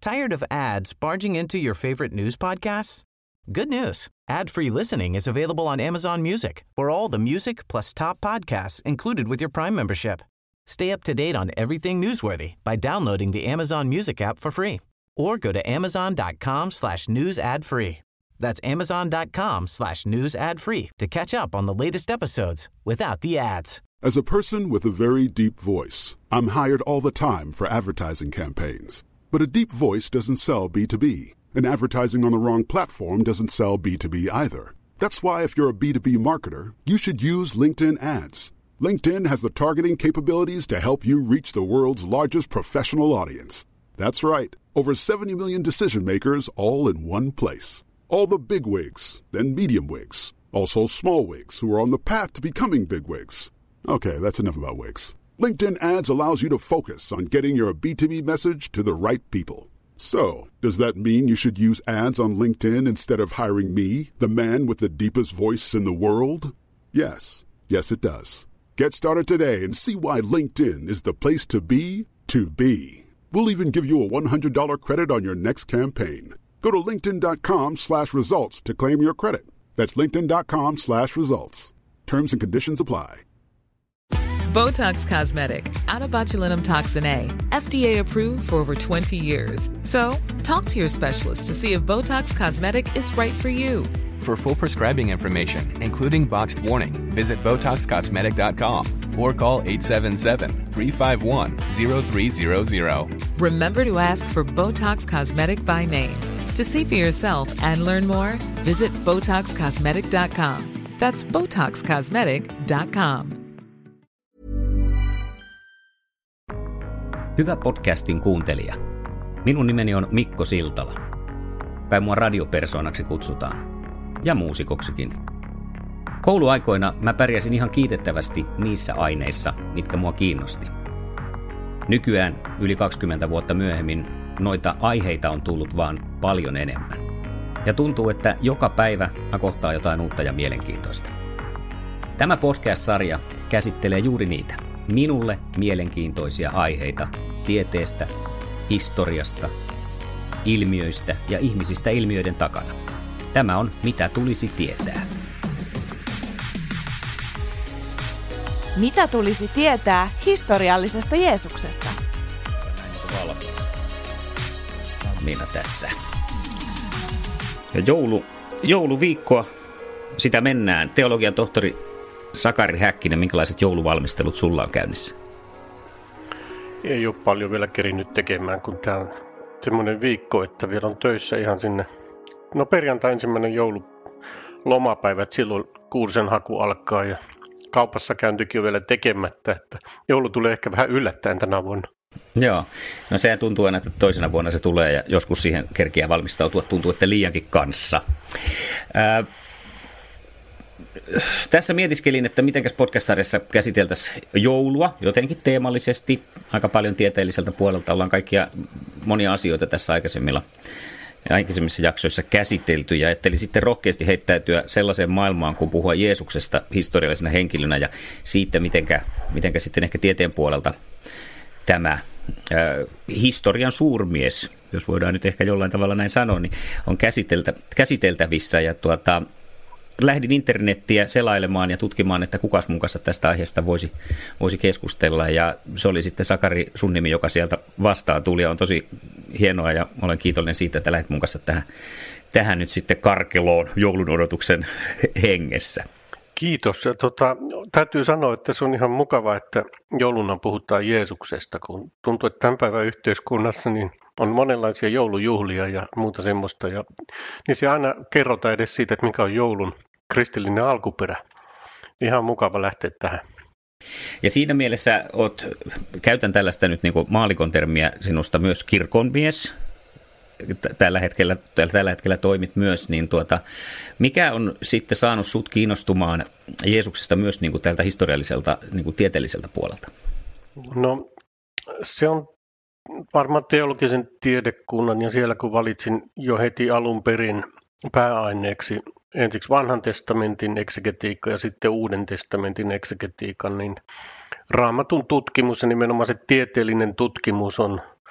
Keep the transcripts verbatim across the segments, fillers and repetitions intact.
Tired of ads barging into your favorite news podcasts? Good news. Ad-free listening is available on Amazon Music for all the music plus top podcasts included with your Prime membership. Stay up to date on everything newsworthy by downloading the Amazon Music app for free or go to amazon.com slash news ad free. That's amazon.com slash news ad free to catch up on the latest episodes without the ads. As a person with a very deep voice, I'm hired all the time for advertising campaigns. But a deep voice doesn't sell B two B, and advertising on the wrong platform doesn't sell B two B either. That's why if you're a B two B marketer, you should use LinkedIn ads. LinkedIn has the targeting capabilities to help you reach the world's largest professional audience. That's right, over seventy million decision makers all in one place. All the big wigs, then medium wigs, also small wigs who are on the path to becoming big wigs. Okay, that's enough about wigs. LinkedIn ads allows you to focus on getting your B two B message to the right people. So, does that mean you should use ads on LinkedIn instead of hiring me, the man with the deepest voice in the world? Yes. Yes, it does. Get started today and see why LinkedIn is the place to be to be. We'll even give you a one hundred dollars credit on your next campaign. Go to linkedin.com slash results to claim your credit. That's linkedin.com slash results. Terms and conditions apply. Botox Cosmetic, out of botulinum toxin A, F D A approved for over twenty years. So, talk to your specialist to see if Botox Cosmetic is right for you. For full prescribing information, including boxed warning, visit botox cosmetic dot com or call eight seven seven, three five one, zero three zero zero. Remember to ask for Botox Cosmetic by name. To see for yourself and learn more, visit botox cosmetic dot com. That's botox cosmetic dot com. Hyvä podcastin kuuntelija. Minun nimeni on Mikko Siltala. Kai mua radiopersoonaksi kutsutaan. Ja muusikoksikin. Kouluaikoina mä pärjäsin ihan kiitettävästi niissä aineissa, mitkä mua kiinnosti. Nykyään, yli kaksikymmentä vuotta myöhemmin, noita aiheita on tullut vaan paljon enemmän. Ja tuntuu, että joka päivä mä kohtaa jotain uutta ja mielenkiintoista. Tämä podcast-sarja käsittelee juuri niitä. Minulle mielenkiintoisia aiheita tieteestä, historiasta, ilmiöistä ja ihmisistä ilmiöiden takana. Tämä on Mitä tulisi tietää. Mitä tulisi tietää historiallisesta Jeesuksesta? Valmiina tässä. Ja joulu, jouluviikkoa, sitä mennään. Teologian tohtori Sakari Häkkinen, minkälaiset jouluvalmistelut sulla on käynnissä? Ei ole paljon vielä kerinyt tekemään, kun tämä on semmoinen viikko, että vielä on töissä ihan sinne. No perjantai ensimmäinen joululomapäivä, että silloin kuusen haku alkaa ja kaupassa käyntikin on vielä tekemättä, että joulu tulee ehkä vähän yllättäen tänä vuonna. Joo, no se tuntuu aina, että toisena vuonna se tulee ja joskus siihen kerkiää valmistautua, tuntuu, että liiankin kanssa. Ää, Tässä mietiskelin, että mitenkäs podcast-sarjassa käsiteltäisiin joulua jotenkin teemallisesti. Aika paljon tieteelliseltä puolelta ollaan kaikkia monia asioita tässä aikaisemmilla, aikaisemmissa jaksoissa käsitelty. Ja ajattelin sitten rohkeasti heittäytyä sellaiseen maailmaan, kun puhua Jeesuksesta historiallisena henkilönä ja siitä, mitenkä, mitenkä sitten ehkä tieteen puolelta tämä äh, historian suurmies, jos voidaan nyt ehkä jollain tavalla näin sanoa, niin on käsiteltä, käsiteltävissä ja tuota... Lähdin internettiä selailemaan ja tutkimaan, että kukas mun kanssa tästä aiheesta voisi, voisi keskustella. Ja se oli sitten Sakari, sun nimi, joka sieltä vastaan tuli. Ja on tosi hienoa ja olen kiitollinen siitä, että lähdit mun kanssa tähän, tähän nyt sitten karkeloon joulun odotuksen hengessä. Kiitos. Ja tota, täytyy sanoa, että se on ihan mukava, että jouluna puhutaan Jeesuksesta, kun tuntuu, että tämän päivän yhteiskunnassa niin on monenlaisia joulujuhlia ja muuta semmoista. Ja, niin se aina kerrotaan edes siitä, että mikä on joulun kristillinen alkuperä. Ihan mukava lähteä tähän. Ja siinä mielessä oot, käytän tällaista nyt niin kuin maalikon termiä sinusta myös kirkonmies. Tällä hetkellä, tällä hetkellä toimit myös, niin tuota, mikä on sitten saanut sut kiinnostumaan Jeesuksesta myös niin kuin tältä historialliselta, niin kuin tieteelliseltä puolelta? No se on varmaan teologisen tiedekunnan ja siellä kun valitsin jo heti alun perin pääaineeksi ensiksi vanhan testamentin eksegetiikka ja sitten uuden testamentin eksegetiikan, niin Raamatun tutkimus ja nimenomaan se tieteellinen tutkimus on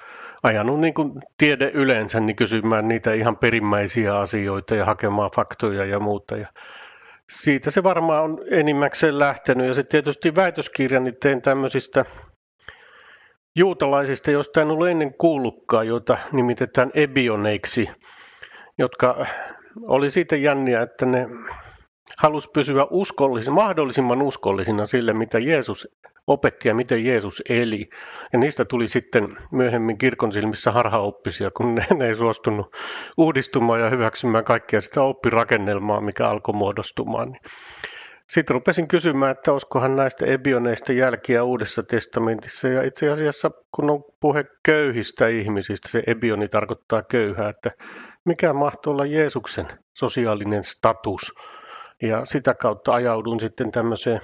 ajanut niin kuin tiede yleensä niin kysymään niitä ihan perimmäisiä asioita ja hakemaan faktoja ja muuta. Ja siitä se varmaan on enimmäkseen lähtenyt. Ja sitten tietysti väitöskirjani tein tämmöisistä juutalaisista, joista en ollut ennen kuullutkaan, joita nimitetään ebioneiksi, jotka oli siitä jänniä, että ne halusi pysyä uskollisina, mahdollisimman uskollisina sille, mitä Jeesus opetti ja miten Jeesus eli. Ja niistä tuli sitten myöhemmin kirkon silmissä harhaoppisia, kun ne, ne ei suostunut uudistumaan ja hyväksymään kaikkea sitä oppirakennelmaa, mikä alkoi muodostumaan. Sitten rupesin kysymään, että olisikohan näistä ebioneista jälkiä Uudessa testamentissa. Ja itse asiassa, kun on puhe köyhistä ihmisistä, se ebioni tarkoittaa köyhää, että mikä mahtoi olla Jeesuksen sosiaalinen status. Ja sitä kautta ajaudun sitten tämmöiseen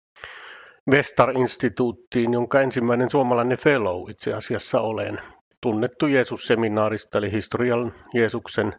Vestar-instituuttiin, jonka ensimmäinen suomalainen fellow itse asiassa olen. Tunnettu Jeesus-seminaarista, eli historian Jeesuksen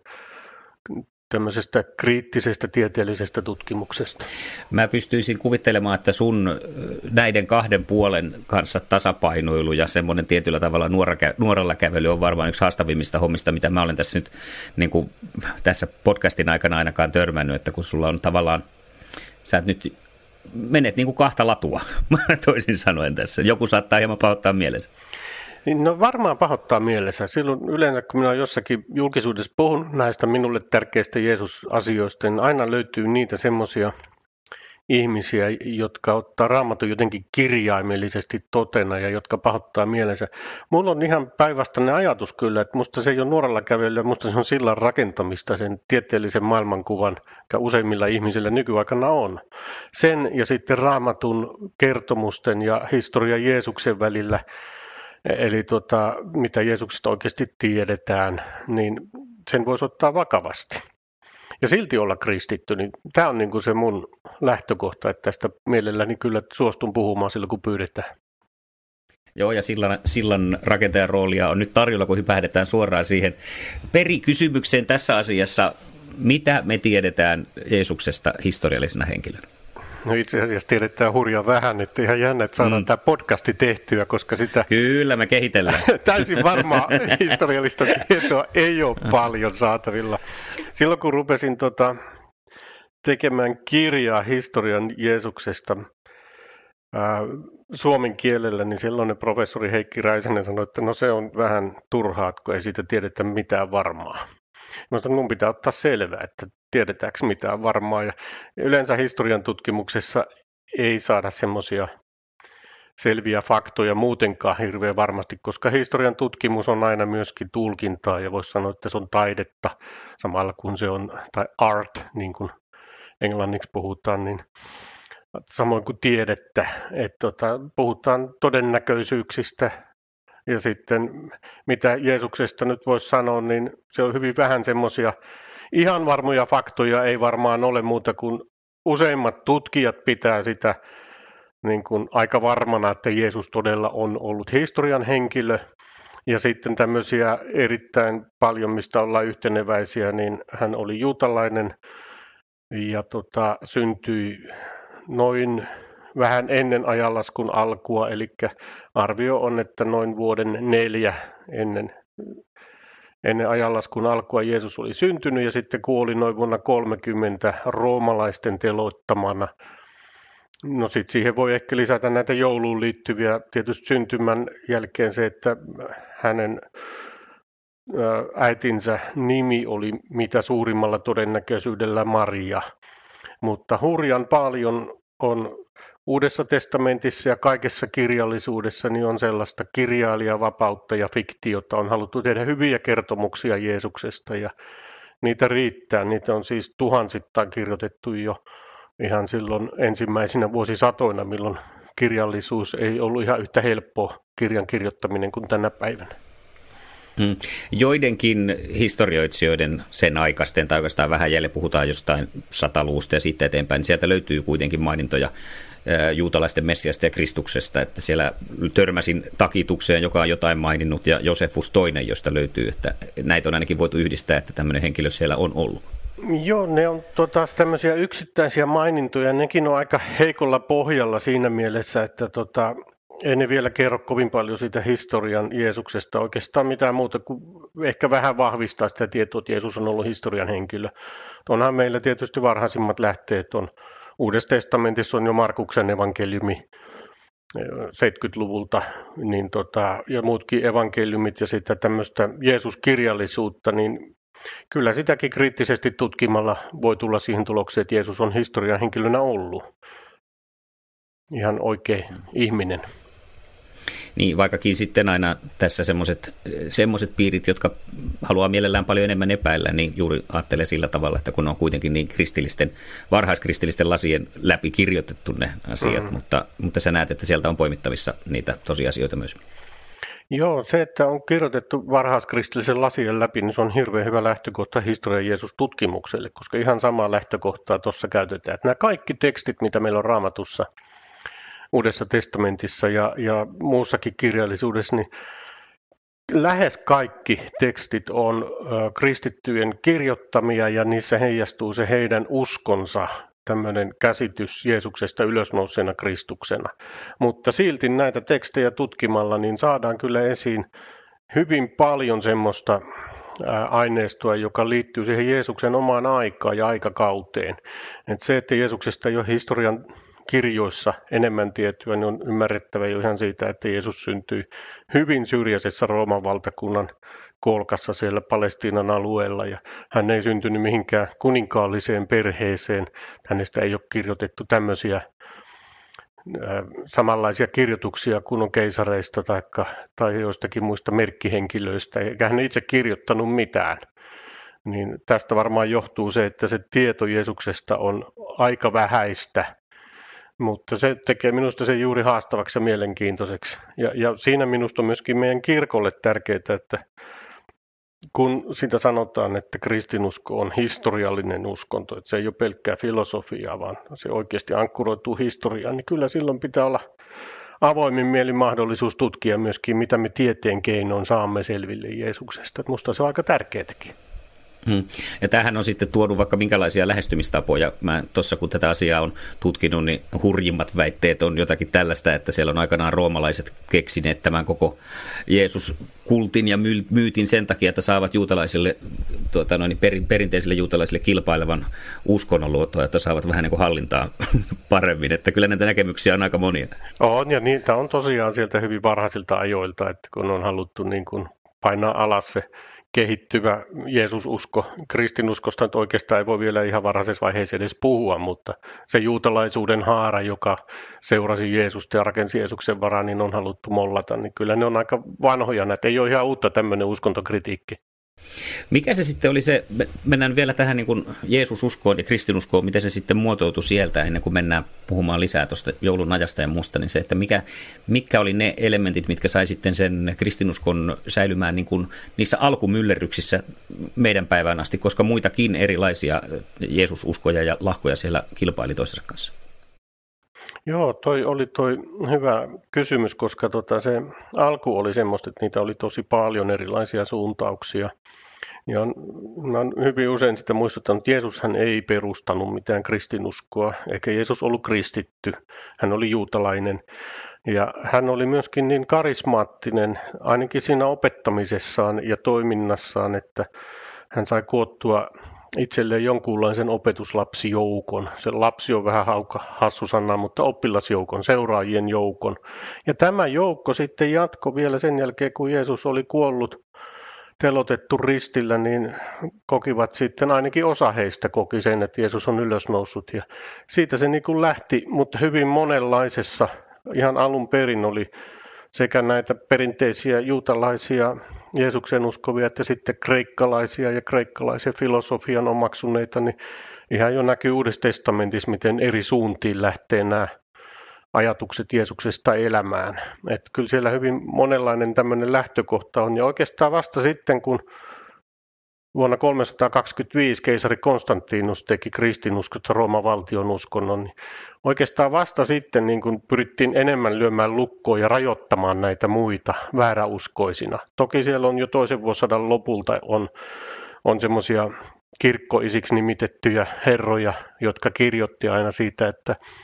tämmöisestä kriittisestä tieteellisestä tutkimuksesta. Mä pystyisin kuvittelemaan, että sun näiden kahden puolen kanssa tasapainoilu ja semmoinen tietyllä tavalla nuoralla kävely on varmaan yksi haastavimmista hommista, mitä mä olen tässä nyt niin kuin tässä podcastin aikana ainakaan törmännyt, että kun sulla on tavallaan, sä et nyt menet niin kuin kahta latua, toisin sanoen tässä. Joku saattaa hieman pahoittaa mielensä. No varmaan pahoittaa mielessä. Silloin yleensä, kun minä olen jossakin julkisuudessa puhunut näistä minulle tärkeistä Jeesus-asioista, niin aina löytyy niitä semmoisia ihmisiä, jotka ottaa Raamatun jotenkin kirjaimellisesti totena ja jotka pahoittaa mielensä. Mulla on ihan päinvastainen ajatus kyllä, että musta se ei ole nuorella kävelyä, musta se on sillan rakentamista sen tieteellisen maailmankuvan, joka useimmilla ihmisillä nykyaikana on. Sen ja sitten Raamatun kertomusten ja historian Jeesuksen välillä, eli tota, mitä Jeesuksesta oikeasti tiedetään, niin sen voisi ottaa vakavasti. Ja silti olla kristitty, niin tämä on niin kuin se mun lähtökohta, että tästä mielelläni kyllä suostun puhumaan silloin, kun pyydetään. Joo, ja sillan, sillan rakentajan roolia on nyt tarjolla, kun hypähdetään suoraan siihen perikysymykseen tässä asiassa. Mitä me tiedetään Jeesuksesta historiallisena henkilönä? No itse asiassa tiedetään hurjan vähän, että ihan jännä, että saadaan mm. tämä podcasti tehtyä, koska sitä... Kyllä, me kehitellään. Täysin varmaa historiallista tietoa ei ole paljon saatavilla. Silloin kun rupesin tota, tekemään kirjaa historian Jeesuksesta ää, suomen kielellä, niin silloinen professori Heikki Räisänen sanoi, että no se on vähän turhaa, kun ei siitä tiedetä mitään varmaa. Mä sanoin, että mun pitää ottaa selvää, että tiedetäänkö mitään varmaa. Ja yleensä historian tutkimuksessa ei saada semmoisia selviä faktoja muutenkaan hirveän varmasti, koska historian tutkimus on aina myöskin tulkintaa ja voisi sanoa, että se on taidetta samalla kun se on, tai art, niin kuin englanniksi puhutaan, niin samoin kuin tiedettä, että tota, puhutaan todennäköisyyksistä. Ja sitten mitä Jeesuksesta nyt voisi sanoa, niin se on hyvin vähän semmoisia ihan varmoja faktoja, ei varmaan ole muuta kuin useimmat tutkijat pitää sitä niin kuin aika varmana, että Jeesus todella on ollut historian henkilö. Ja sitten tämmöisiä erittäin paljon, mistä ollaan yhteneväisiä, niin hän oli juutalainen ja tota, syntyi noin vähän ennen ajanlaskun alkua, eli arvio on, että noin vuoden neljä ennen, ennen ajanlaskun alkua Jeesus oli syntynyt ja sitten kuoli noin vuonna kolmekymmentä roomalaisten teloittamana. No sitten siihen voi ehkä lisätä näitä jouluun liittyviä, tietysti syntymän jälkeen se, että hänen äitinsä nimi oli mitä suurimmalla todennäköisyydellä Maria, mutta hurjan paljon on Uudessa testamentissa ja kaikessa kirjallisuudessa niin on sellaista kirjailijavapautta ja fiktiota. On haluttu tehdä hyviä kertomuksia Jeesuksesta ja niitä riittää. Niitä on siis tuhansittain kirjoitettu jo ihan silloin ensimmäisinä vuosisatoina, milloin kirjallisuus ei ollut ihan yhtä helppoa kirjan kirjoittaminen kuin tänä päivänä. Hmm. Joidenkin historioitsijoiden sen aikaisten, tai oikeastaan vähän jäljellä puhutaan jostain sataluvusta ja siitä eteenpäin, niin sieltä löytyy kuitenkin mainintoja juutalaisten Messiasta ja Kristuksesta, että siellä törmäsin takitukseen, joka on jotain maininnut, ja Josefus toinen, josta löytyy, että näitä on ainakin voitu yhdistää, että tämmöinen henkilö siellä on ollut. Joo, ne on tota, tämmöisiä yksittäisiä mainintoja, nekin on aika heikolla pohjalla siinä mielessä, että tota, ei ne vielä kerro kovin paljon siitä historian Jeesuksesta oikeastaan mitään muuta kuin ehkä vähän vahvistaa sitä tietoa, että Jeesus on ollut historian henkilö. Onhan meillä tietysti varhaisimmat lähteet on. Uudessa testamentissa on jo Markuksen evankeliumi seitsemänkymmentäluvulta niin tota, ja muutkin evankeliumit ja sitten tämmöistä Jeesus-kirjallisuutta, niin kyllä sitäkin kriittisesti tutkimalla voi tulla siihen tulokseen, että Jeesus on historian henkilönä ollut. Ihan oikein ihminen. Niin, vaikkakin sitten aina tässä semmoiset semmoiset piirit, jotka haluaa mielellään paljon enemmän epäillä, niin juuri ajattelee sillä tavalla, että kun on kuitenkin niin kristillisten, varhaiskristillisten lasien läpi kirjoitettu ne asiat, mm. mutta, mutta sä näet, että sieltä on poimittavissa niitä tosiasioita myös. Joo, se, että on kirjoitettu varhaiskristillisen lasien läpi, niin se on hirveän hyvä lähtökohta historian Jeesus-tutkimukselle, koska ihan samaa lähtökohtaa tuossa käytetään. Että nämä kaikki tekstit, mitä meillä on Raamatussa, Uudessa testamentissa ja, ja muussakin kirjallisuudessa, niin lähes kaikki tekstit on ö, kristittyjen kirjoittamia ja niissä heijastuu se heidän uskonsa, tämmöinen käsitys Jeesuksesta ylösnouseena Kristuksena. Mutta silti näitä tekstejä tutkimalla niin saadaan kyllä esiin hyvin paljon semmoista ää, aineistoa, joka liittyy siihen Jeesuksen omaan aikaan ja aikakauteen. Et se, että Jeesuksesta ei ole historian kirjoissa enemmän tietoa, niin on ymmärrettävä jo ihan siitä, että Jeesus syntyi hyvin syrjäisessä Rooman valtakunnan kolkassa siellä Palestiinan alueella ja hän ei syntynyt mihinkään kuninkaalliseen perheeseen. Hänestä ei ole kirjoitettu tämmöisiä äh, samanlaisia kirjoituksia kuin on keisareista taikka, tai joistakin muista merkkihenkilöistä, eikä hän itse kirjoittanut mitään. Niin tästä varmaan johtuu se, että se tieto Jeesuksesta on aika vähäistä. Mutta se tekee minusta sen juuri haastavaksi ja mielenkiintoiseksi. Ja, ja siinä minusta on myöskin meidän kirkolle tärkeää, että kun sitä sanotaan, että kristinusko on historiallinen uskonto, että se ei ole pelkkää filosofiaa, vaan se oikeasti ankkuroituu historiaan, niin kyllä silloin pitää olla avoimin mielin mahdollisuus tutkia myöskin, mitä me tieteen keinoin saamme selville Jeesuksesta. Että musta se on aika tärkeätäkin. Hmm. Ja tämähän on sitten tuonut vaikka minkälaisia lähestymistapoja. Mä tuossa kun tätä asiaa on tutkinut, niin hurjimmat väitteet on jotakin tällaista, että siellä on aikanaan roomalaiset keksineet tämän koko Jeesus-kultin ja myytin sen takia, että saavat juutalaisille, tuota, noin, perin, perinteisille juutalaisille kilpailevan uskonnon luotua, että saavat vähän niin kuin hallintaa paremmin. Että kyllä näitä näkemyksiä on aika monia. On, ja niitä on tosiaan sieltä hyvin varhaisilta ajoilta, että kun on haluttu niin kuin painaa alas se kehittyvä Jeesususko. Kristinuskosta nyt oikeastaan ei voi vielä ihan varhaisessa vaiheessa edes puhua, mutta se juutalaisuuden haara, joka seurasi Jeesusta ja rakensi Jeesuksen varaan, niin on haluttu mollata. Niin kyllä ne on aika vanhoja näitä. Ei ole ihan uutta tämmöinen uskontokritiikki. Mikä se sitten oli se, mennään vielä tähän niin kuin Jeesususkoon ja kristinuskoon, miten se sitten muotoutui sieltä ennen kuin mennään puhumaan lisää tuosta joulun ajasta ja muusta, niin se, että mikä, mitkä oli ne elementit, mitkä sai sitten sen kristinuskon säilymään niin kuin niissä alkumyllerryksissä meidän päivään asti, koska muitakin erilaisia Jeesususkoja ja lahkoja siellä kilpaili toisensa kanssa. Joo, toi oli toi hyvä kysymys, koska tota se alku oli semmoista, että niitä oli tosi paljon erilaisia suuntauksia. Ja on, mä oon hyvin usein sitä muistuttanut, että Jeesushan ei perustanut mitään kristinuskoa, eikä Jeesus ollut kristitty, hän oli juutalainen. Ja hän oli myöskin niin karismaattinen, ainakin siinä opettamisessaan ja toiminnassaan, että hän sai koottua itselleen jonkunlaisen opetuslapsijoukon. Se lapsi on vähän hauka, hassu sana, mutta oppilasjoukon, seuraajien joukon. Ja tämä joukko sitten jatkoi vielä sen jälkeen, kun Jeesus oli kuollut, telotettu ristillä, niin kokivat sitten, ainakin osa heistä koki sen, että Jeesus on ylösnoussut. Ja siitä se niin kuin lähti, mutta hyvin monenlaisessa, ihan alun perin oli sekä näitä perinteisiä juutalaisia Jeesuksen uskovia, että sitten kreikkalaisia ja kreikkalaisen filosofian omaksuneita, niin ihan jo näkyy Uudessa testamentissa, miten eri suuntiin lähtee nämä ajatukset Jeesuksesta elämään. Että kyllä siellä hyvin monenlainen tämmöinen lähtökohta on, ja oikeastaan vasta sitten, kun vuonna kolmesataakaksikymmentäviisi keisari Konstantinus teki kristinuskosta Rooman valtion uskonnon, niin oikeastaan vasta sitten niin kun pyrittiin enemmän lyömään lukkoon ja rajoittamaan näitä muita vääräuskoisina. Toki siellä on jo toisen vuosisadan lopulta on, on semmoisia kirkkoisiksi nimitettyjä herroja, jotka kirjoitti aina siitä, että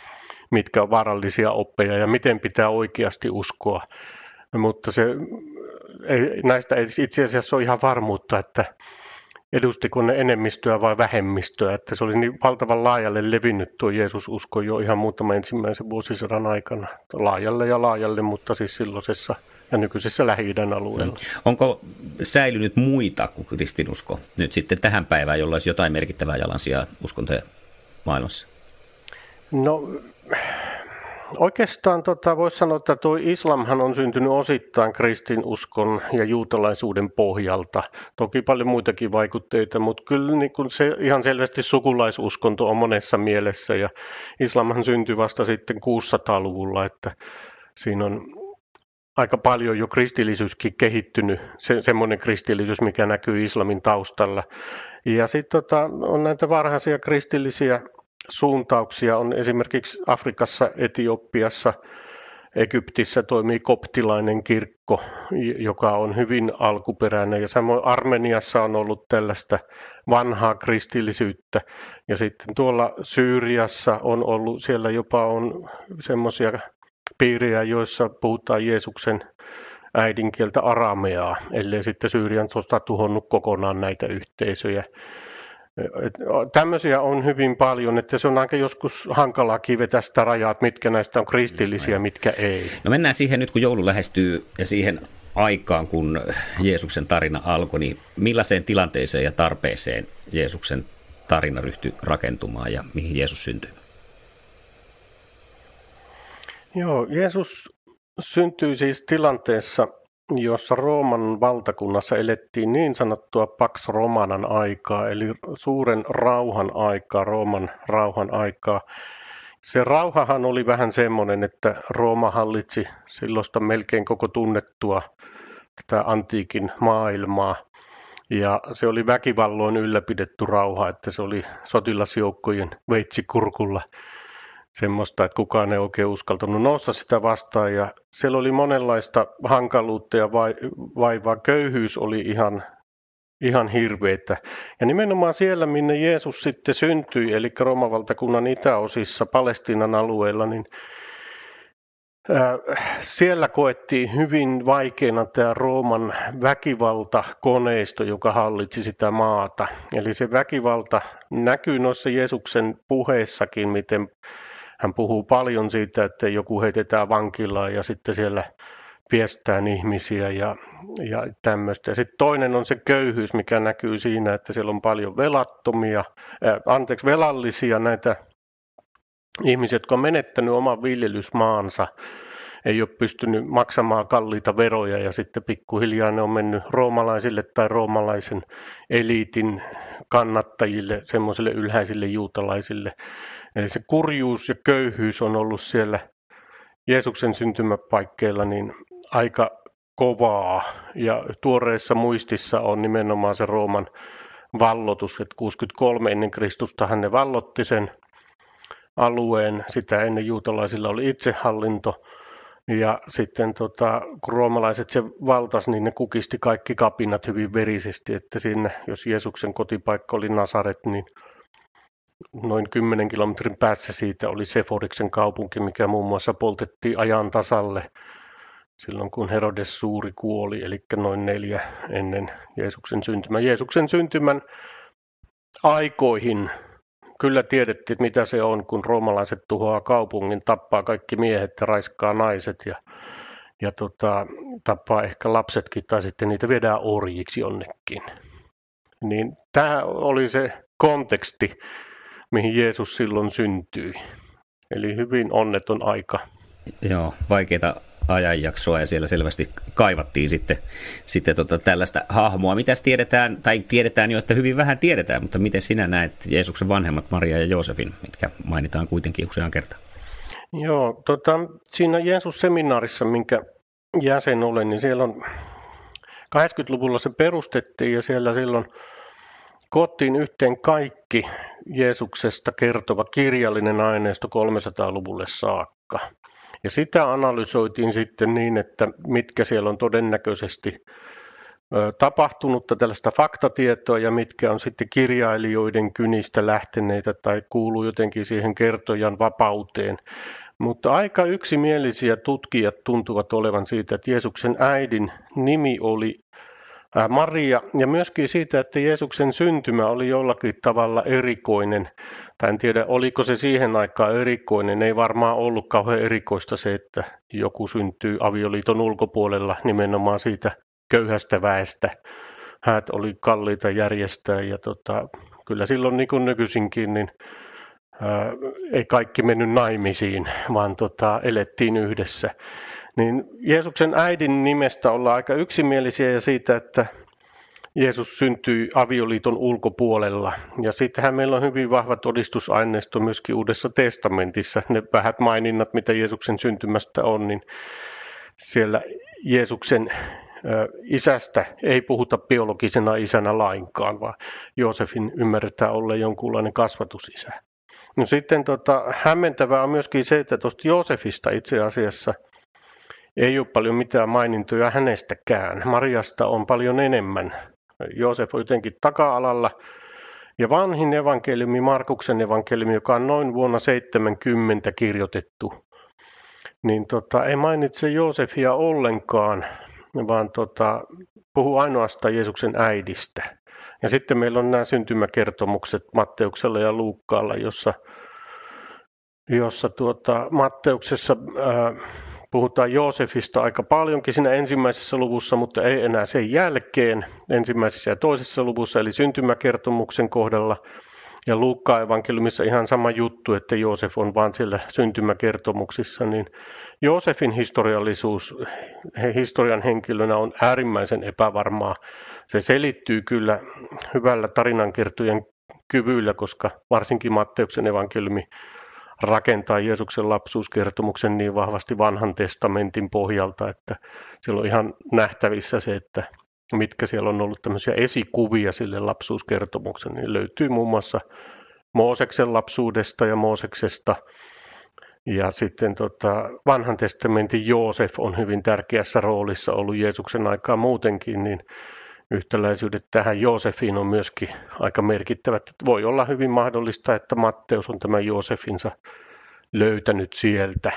mitkä on vaarallisia oppeja ja miten pitää oikeasti uskoa. Mutta se, ei, näistä ei itse asiassa ole ihan varmuutta, että edustiko ne enemmistöä vai vähemmistöä. Että se oli niin valtavan laajalle levinnyt tuo Jeesususko jo ihan muutama ensimmäisen vuosisadan aikana. Laajalle ja laajalle, mutta siis silloisessa ja nykyisessä Lähi-idän alueella. Onko säilynyt muita kuin kristinusko nyt sitten tähän päivään, jolla olisi jotain merkittävää jalansijaa uskontojen maailmassa? No oikeastaan tota, voisi sanoa, että tuo islamhan on syntynyt osittain kristinuskon ja juutalaisuuden pohjalta. Toki paljon muitakin vaikutteita, mutta kyllä niin kun se ihan selvästi sukulaisuskonto on monessa mielessä. Ja islamhan syntyi vasta sitten kuusisataaluvulla, että siinä on aika paljon jo kristillisyyskin kehittynyt, se, semmoinen kristillisyys, mikä näkyy islamin taustalla. Ja sitten tota, on näitä varhaisia kristillisiä suuntauksia, on esimerkiksi Afrikassa, Etiopiassa, Egyptissä toimii koptilainen kirkko, joka on hyvin alkuperäinen. Ja samoin Armeniassa on ollut tällaista vanhaa kristillisyyttä. Ja sitten tuolla Syyriassa on ollut, siellä jopa on semmoisia piirejä, joissa puhutaan Jeesuksen äidinkieltä arameaa, ellei sitten Syyrian sota tuhonnut kokonaan näitä yhteisöjä. Tämmöisiä on hyvin paljon, että se on aika joskus hankalaa kivetä sitä rajaa, että mitkä näistä on kristillisiä ja mitkä ei. No mennään siihen nyt, kun joulu lähestyy ja siihen aikaan, kun Jeesuksen tarina alkoi, niin millaiseen tilanteeseen ja tarpeeseen Jeesuksen tarina ryhtyi rakentumaan ja mihin Jeesus syntyi? Joo, Jeesus syntyi siis tilanteessa, jossa Rooman valtakunnassa elettiin niin sanottua Pax Romanan aikaa, eli suuren rauhan aikaa, Rooman rauhan aikaa. Se rauhahan oli vähän semmoinen, että Rooma hallitsi silloista melkein koko tunnettua tätä antiikin maailmaa. Ja se oli väkivalloin ylläpidetty rauha, että se oli sotilasjoukkojen veitsikurkulla semmoista, että kukaan ei oikein uskaltanut nousta sitä vastaan. Ja siellä oli monenlaista hankaluutta ja vaivaa. Köyhyys oli ihan, ihan hirveetä. Ja nimenomaan siellä, minne Jeesus sitten syntyi, eli Rooman valtakunnan itäosissa, Palestiinan alueella, niin ää, siellä koettiin hyvin vaikeana tämä Rooman väkivaltakoneisto, joka hallitsi sitä maata. Eli se väkivalta näkyy noissa Jeesuksen puheissakin, miten hän puhuu paljon siitä, että joku heitetään vankilaan ja sitten siellä piestään ihmisiä ja, ja tämmöistä. Ja sitten toinen on se köyhyys, mikä näkyy siinä, että siellä on paljon velattomia, äh, anteeksi, velallisia näitä ihmisiä, jotka on menettänyt oman viljelysmaansa, ei ole pystynyt maksamaan kalliita veroja ja sitten pikkuhiljaa ne on mennyt roomalaisille tai roomalaisen eliitin kannattajille, semmoisille ylhäisille juutalaisille. Eli se kurjuus ja köyhyys on ollut siellä Jeesuksen syntymäpaikkeilla niin aika kovaa. Ja tuoreessa muistissa on nimenomaan se Rooman vallotus, että kuusikymmentäkolme ennen Kristusta hän ne vallotti sen alueen. Sitä ennen juutalaisilla oli itsehallinto. Ja sitten tota, kun roomalaiset se valtas, niin ne kukisti kaikki kapinat hyvin verisesti. Että siinä, jos Jeesuksen kotipaikka oli Nasaret, niin noin kymmenen kilometrin päässä siitä oli Seforiksen kaupunki, mikä muun muassa poltettiin ajan tasalle silloin, kun Herodes suuri kuoli, eli noin neljä ennen Jeesuksen syntymää. Jeesuksen syntymän aikoihin kyllä tiedettiin, että mitä se on, kun roomalaiset tuhoaa kaupungin, tappaa kaikki miehet ja raiskaa naiset ja, ja tota, tappaa ehkä lapsetkin tai sitten niitä viedään orjiksi jonnekin. Niin tämä oli se konteksti, mihin Jeesus silloin syntyi. Eli hyvin onneton aika. Joo, vaikeita ajanjaksoa ja siellä selvästi kaivattiin sitten, sitten tota tällaista hahmoa. Mitäs tiedetään, tai tiedetään jo, että hyvin vähän tiedetään, mutta miten sinä näet Jeesuksen vanhemmat Maria ja Joosefin, mitkä mainitaan kuitenkin useaan kertaan? Joo, tota, siinä Jeesus-seminaarissa, minkä jäsen olen, niin siellä on kahdeksankymmentäluvulla se perustettiin ja siellä silloin koottiin yhteen kaikki Jeesuksesta kertova kirjallinen aineisto kolmesataaluvulle saakka. Ja sitä analysoitiin sitten niin, että mitkä siellä on todennäköisesti tapahtunutta, tällaista faktatietoa ja mitkä on sitten kirjailijoiden kynistä lähteneitä tai kuuluu jotenkin siihen kertojan vapauteen. Mutta aika yksimielisiä tutkijat tuntuvat olevan siitä, että Jeesuksen äidin nimi oli Maria ja myöskin siitä, että Jeesuksen syntymä oli jollakin tavalla erikoinen. Tai en tiedä, oliko se siihen aikaan erikoinen. Ei varmaan ollut kauhean erikoista se, että joku syntyy avioliiton ulkopuolella nimenomaan siitä köyhästä väestä. Häät oli kalliita järjestää ja tota, kyllä silloin niin kuin nykyisinkin niin ää, ei kaikki mennyt naimisiin, vaan tota, elettiin yhdessä. Niin Jeesuksen äidin nimestä ollaan aika yksimielisiä ja siitä, että Jeesus syntyi avioliiton ulkopuolella. Ja sittenhän meillä on hyvin vahva todistusaineisto myöskin Uudessa testamentissa. Ne vähät maininnat, mitä Jeesuksen syntymästä on, niin siellä Jeesuksen isästä ei puhuta biologisena isänä lainkaan, vaan Joosefin ymmärretään olleen jonkunlainen kasvatusisä. No sitten tota, hämmentävää on myöskin se, että tuosta Joosefista itse asiassa ei ole paljon mitään mainintoja hänestäkään. Mariasta on paljon enemmän. Joosef on jotenkin taka-alalla. Ja vanhin evankeliumi, Markuksen evankeliumi, joka on noin vuonna seitsemänkymmentä kirjoitettu, niin tota, ei mainitse Joosefia ollenkaan, vaan tota, puhuu ainoastaan Jeesuksen äidistä. Ja sitten meillä on nämä syntymäkertomukset Matteuksella ja Luukkaalla, jossa, jossa tuota, Matteuksessa ää, puhutaan Joosefista aika paljonkin siinä ensimmäisessä luvussa, mutta ei enää sen jälkeen ensimmäisessä ja toisessa luvussa, eli syntymäkertomuksen kohdalla. Ja Luukkaan evankeliumissa ihan sama juttu, että Joosef on vain siellä syntymäkertomuksissa, niin Joosefin historiallisuus historian henkilönä on äärimmäisen epävarmaa. Se selittyy kyllä hyvällä tarinankertojen kyvyllä, koska varsinkin Matteuksen evankeliumi rakentaa Jeesuksen lapsuuskertomuksen niin vahvasti vanhan testamentin pohjalta, että siellä on ihan nähtävissä se, että mitkä siellä on ollut tämmöisiä esikuvia sille lapsuuskertomuksen, niin löytyy muun muassa Mooseksen lapsuudesta ja Mooseksesta. Ja sitten tota, vanhan testamentin Joosef on hyvin tärkeässä roolissa ollut Jeesuksen aikaa muutenkin, niin yhtäläisyydet tähän Joosefiin on myöskin aika merkittävät. Voi olla hyvin mahdollista, että Matteus on tämän Joosefinsa löytänyt sieltä.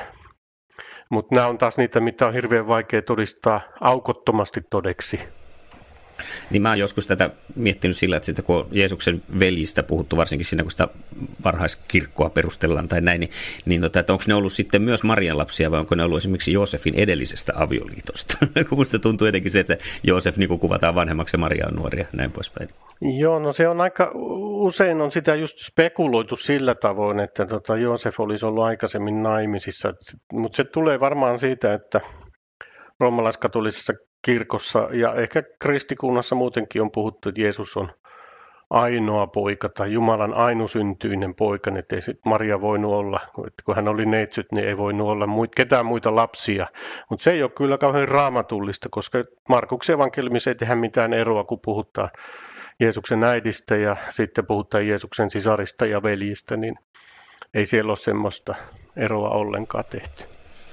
Mutta nämä on taas niitä, mitä on hirveän vaikea todistaa aukottomasti todeksi. Niin mä oon joskus tätä miettinyt sillä, että sitten kun on Jeesuksen veljistä puhuttu, varsinkin siinä kun sitä varhaiskirkkoa perustellaan tai näin, niin, niin tota, että onko ne ollut sitten myös Marian lapsia vai onko ne ollut esimerkiksi Joosefin edellisestä avioliitosta? Kun musta tuntuu jotenkin se, että se Joosef niin kuvataan vanhemmaksi ja Maria on nuoria, näin poispäin. Joo, no se on aika, usein on sitä just spekuloitu sillä tavoin, että tota Joosef olisi ollut aikaisemmin naimisissa, mutta se tulee varmaan siitä, että roomalaiskatolisessa kirkossa ja ehkä kristikunnassa muutenkin on puhuttu, että Jeesus on ainoa poika tai Jumalan ainusyntyinen poika, että ei Maria voinut olla, että kun hän oli neitsyt, niin ei voinut olla muit, ketään muita lapsia. Mutta se ei ole kyllä kauhean raamatullista, koska Markuksen evankeliumissa ei tehdä mitään eroa, kun puhutaan Jeesuksen äidistä ja sitten puhutaan Jeesuksen sisarista ja veljistä, niin ei siellä ole semmoista eroa ollenkaan tehty.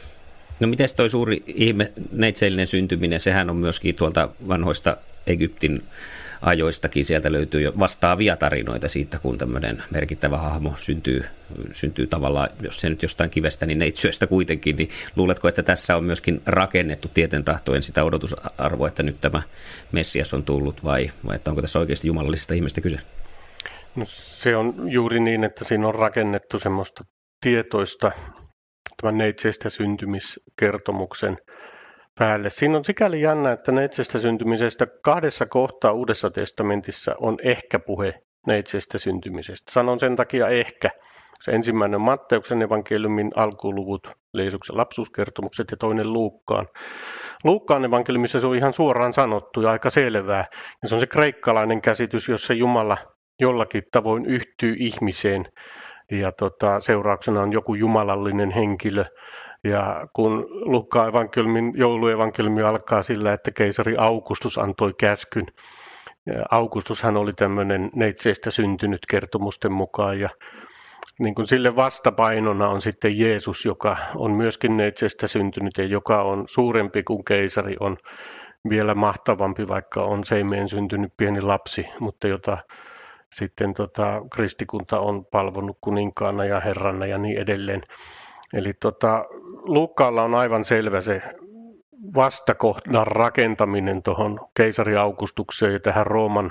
No miten toi suuri ihme neitseellinen syntyminen, sehän on myöskin tuolta vanhoista Egyptin ajoistakin, sieltä löytyy jo vastaavia tarinoita siitä, kun tämmöinen merkittävä hahmo syntyy, syntyy tavallaan, jos se nyt jostain kivestä, niin neitsyöstä kuitenkin, niin luuletko, että tässä on myöskin rakennettu tieten tahtoen sitä odotusarvoa, että nyt tämä Messias on tullut vai, vai että onko tässä oikeasti jumalallisesta ihmestä kyse? No, se on juuri niin, että siinä on rakennettu semmoista tietoista tämän neitseestä syntymiskertomuksen päälle. Siinä on sikäli jännä, että neitseestä syntymisestä kahdessa kohtaa Uudessa testamentissa on ehkä puhe neitseestä syntymisestä. Sanon sen takia ehkä. Se ensimmäinen on Matteuksen evankeliumin alkuluvut, Jeesuksen lapsuuskertomukset ja toinen Luukkaan. Luukkaan evankeliumissa se on ihan suoraan sanottu ja aika selvää. Ja se on se kreikkalainen käsitys, jossa Jumala jollakin tavoin yhtyy ihmiseen. Ja tota, seurauksena on joku jumalallinen henkilö. Ja kun Luukkaan evankeliumin, jouluevankeliumi alkaa sillä, että keisari Augustus antoi käskyn. Ja Augustushan oli tämmöinen neitseestä syntynyt kertomusten mukaan. Ja niin kuin sille vastapainona on sitten Jeesus, joka on myöskin neitseestä syntynyt ja joka on suurempi kuin keisari on. vielä mahtavampi, vaikka on seimeen syntynyt pieni lapsi, mutta jota sitten tota, kristikunta on palvonut kuninkaana ja herrana ja niin edelleen. Eli tota, Luukkaalla on aivan selvä se vastakohdan rakentaminen tuohon keisari Augustukseen ja tähän Rooman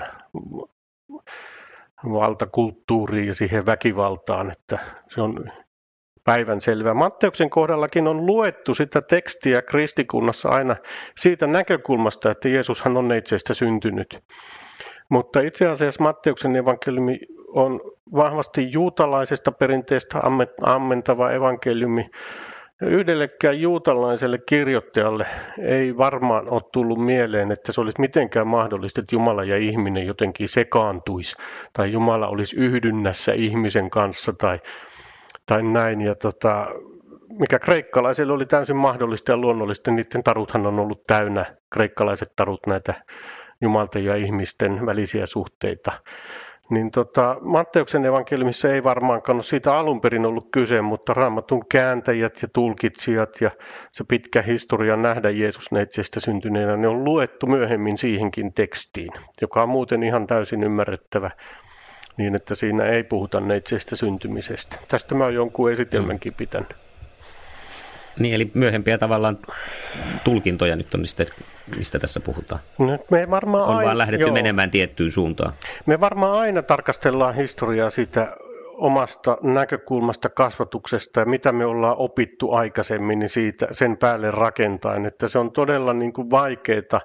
valtakulttuuriin ja siihen väkivaltaan, että se on päivänselvää. Matteuksen kohdallakin on luettu sitä tekstiä kristikunnassa aina siitä näkökulmasta, että Jeesushan on neitsestä syntynyt. Mutta itse asiassa Matteuksen evankeliumi on vahvasti juutalaisesta perinteestä ammentava evankeliumi. Yhdellekään juutalaiselle kirjoittajalle ei varmaan ole tullut mieleen, että se olisi mitenkään mahdollista, että Jumala ja ihminen jotenkin sekaantuisi, tai Jumala olisi yhdynnässä ihmisen kanssa, tai, tai näin. Ja tota, mikä kreikkalaisille oli täysin mahdollista ja luonnollista, niiden taruthan on ollut täynnä, kreikkalaiset tarut, näitä Jumalten ja ihmisten välisiä suhteita. Niin tota, Matteuksen evankeliumissa ei varmaankaan ole siitä alun perin ollut kyse, mutta Raamatun kääntäjät ja tulkitsijat ja se pitkä historia nähdä Jeesus neitsestä syntyneenä, ne on luettu myöhemmin siihenkin tekstiin, joka on muuten ihan täysin ymmärrettävä niin, että siinä ei puhuta neitsestä syntymisestä. Tästä mä oon jonkun esitelmänkin pitänyt. Niin, eli myöhempiä tavallaan tulkintoja nyt on niistä, mistä tässä puhutaan. No, me varmaan on aina, vaan lähdetty joo. menemään tiettyyn suuntaan. Me varmaan aina tarkastellaan historiaa siitä omasta näkökulmasta kasvatuksesta ja mitä me ollaan opittu aikaisemmin, niin siitä sen päälle rakentaen. Että se on todella niin kuin vaikeaa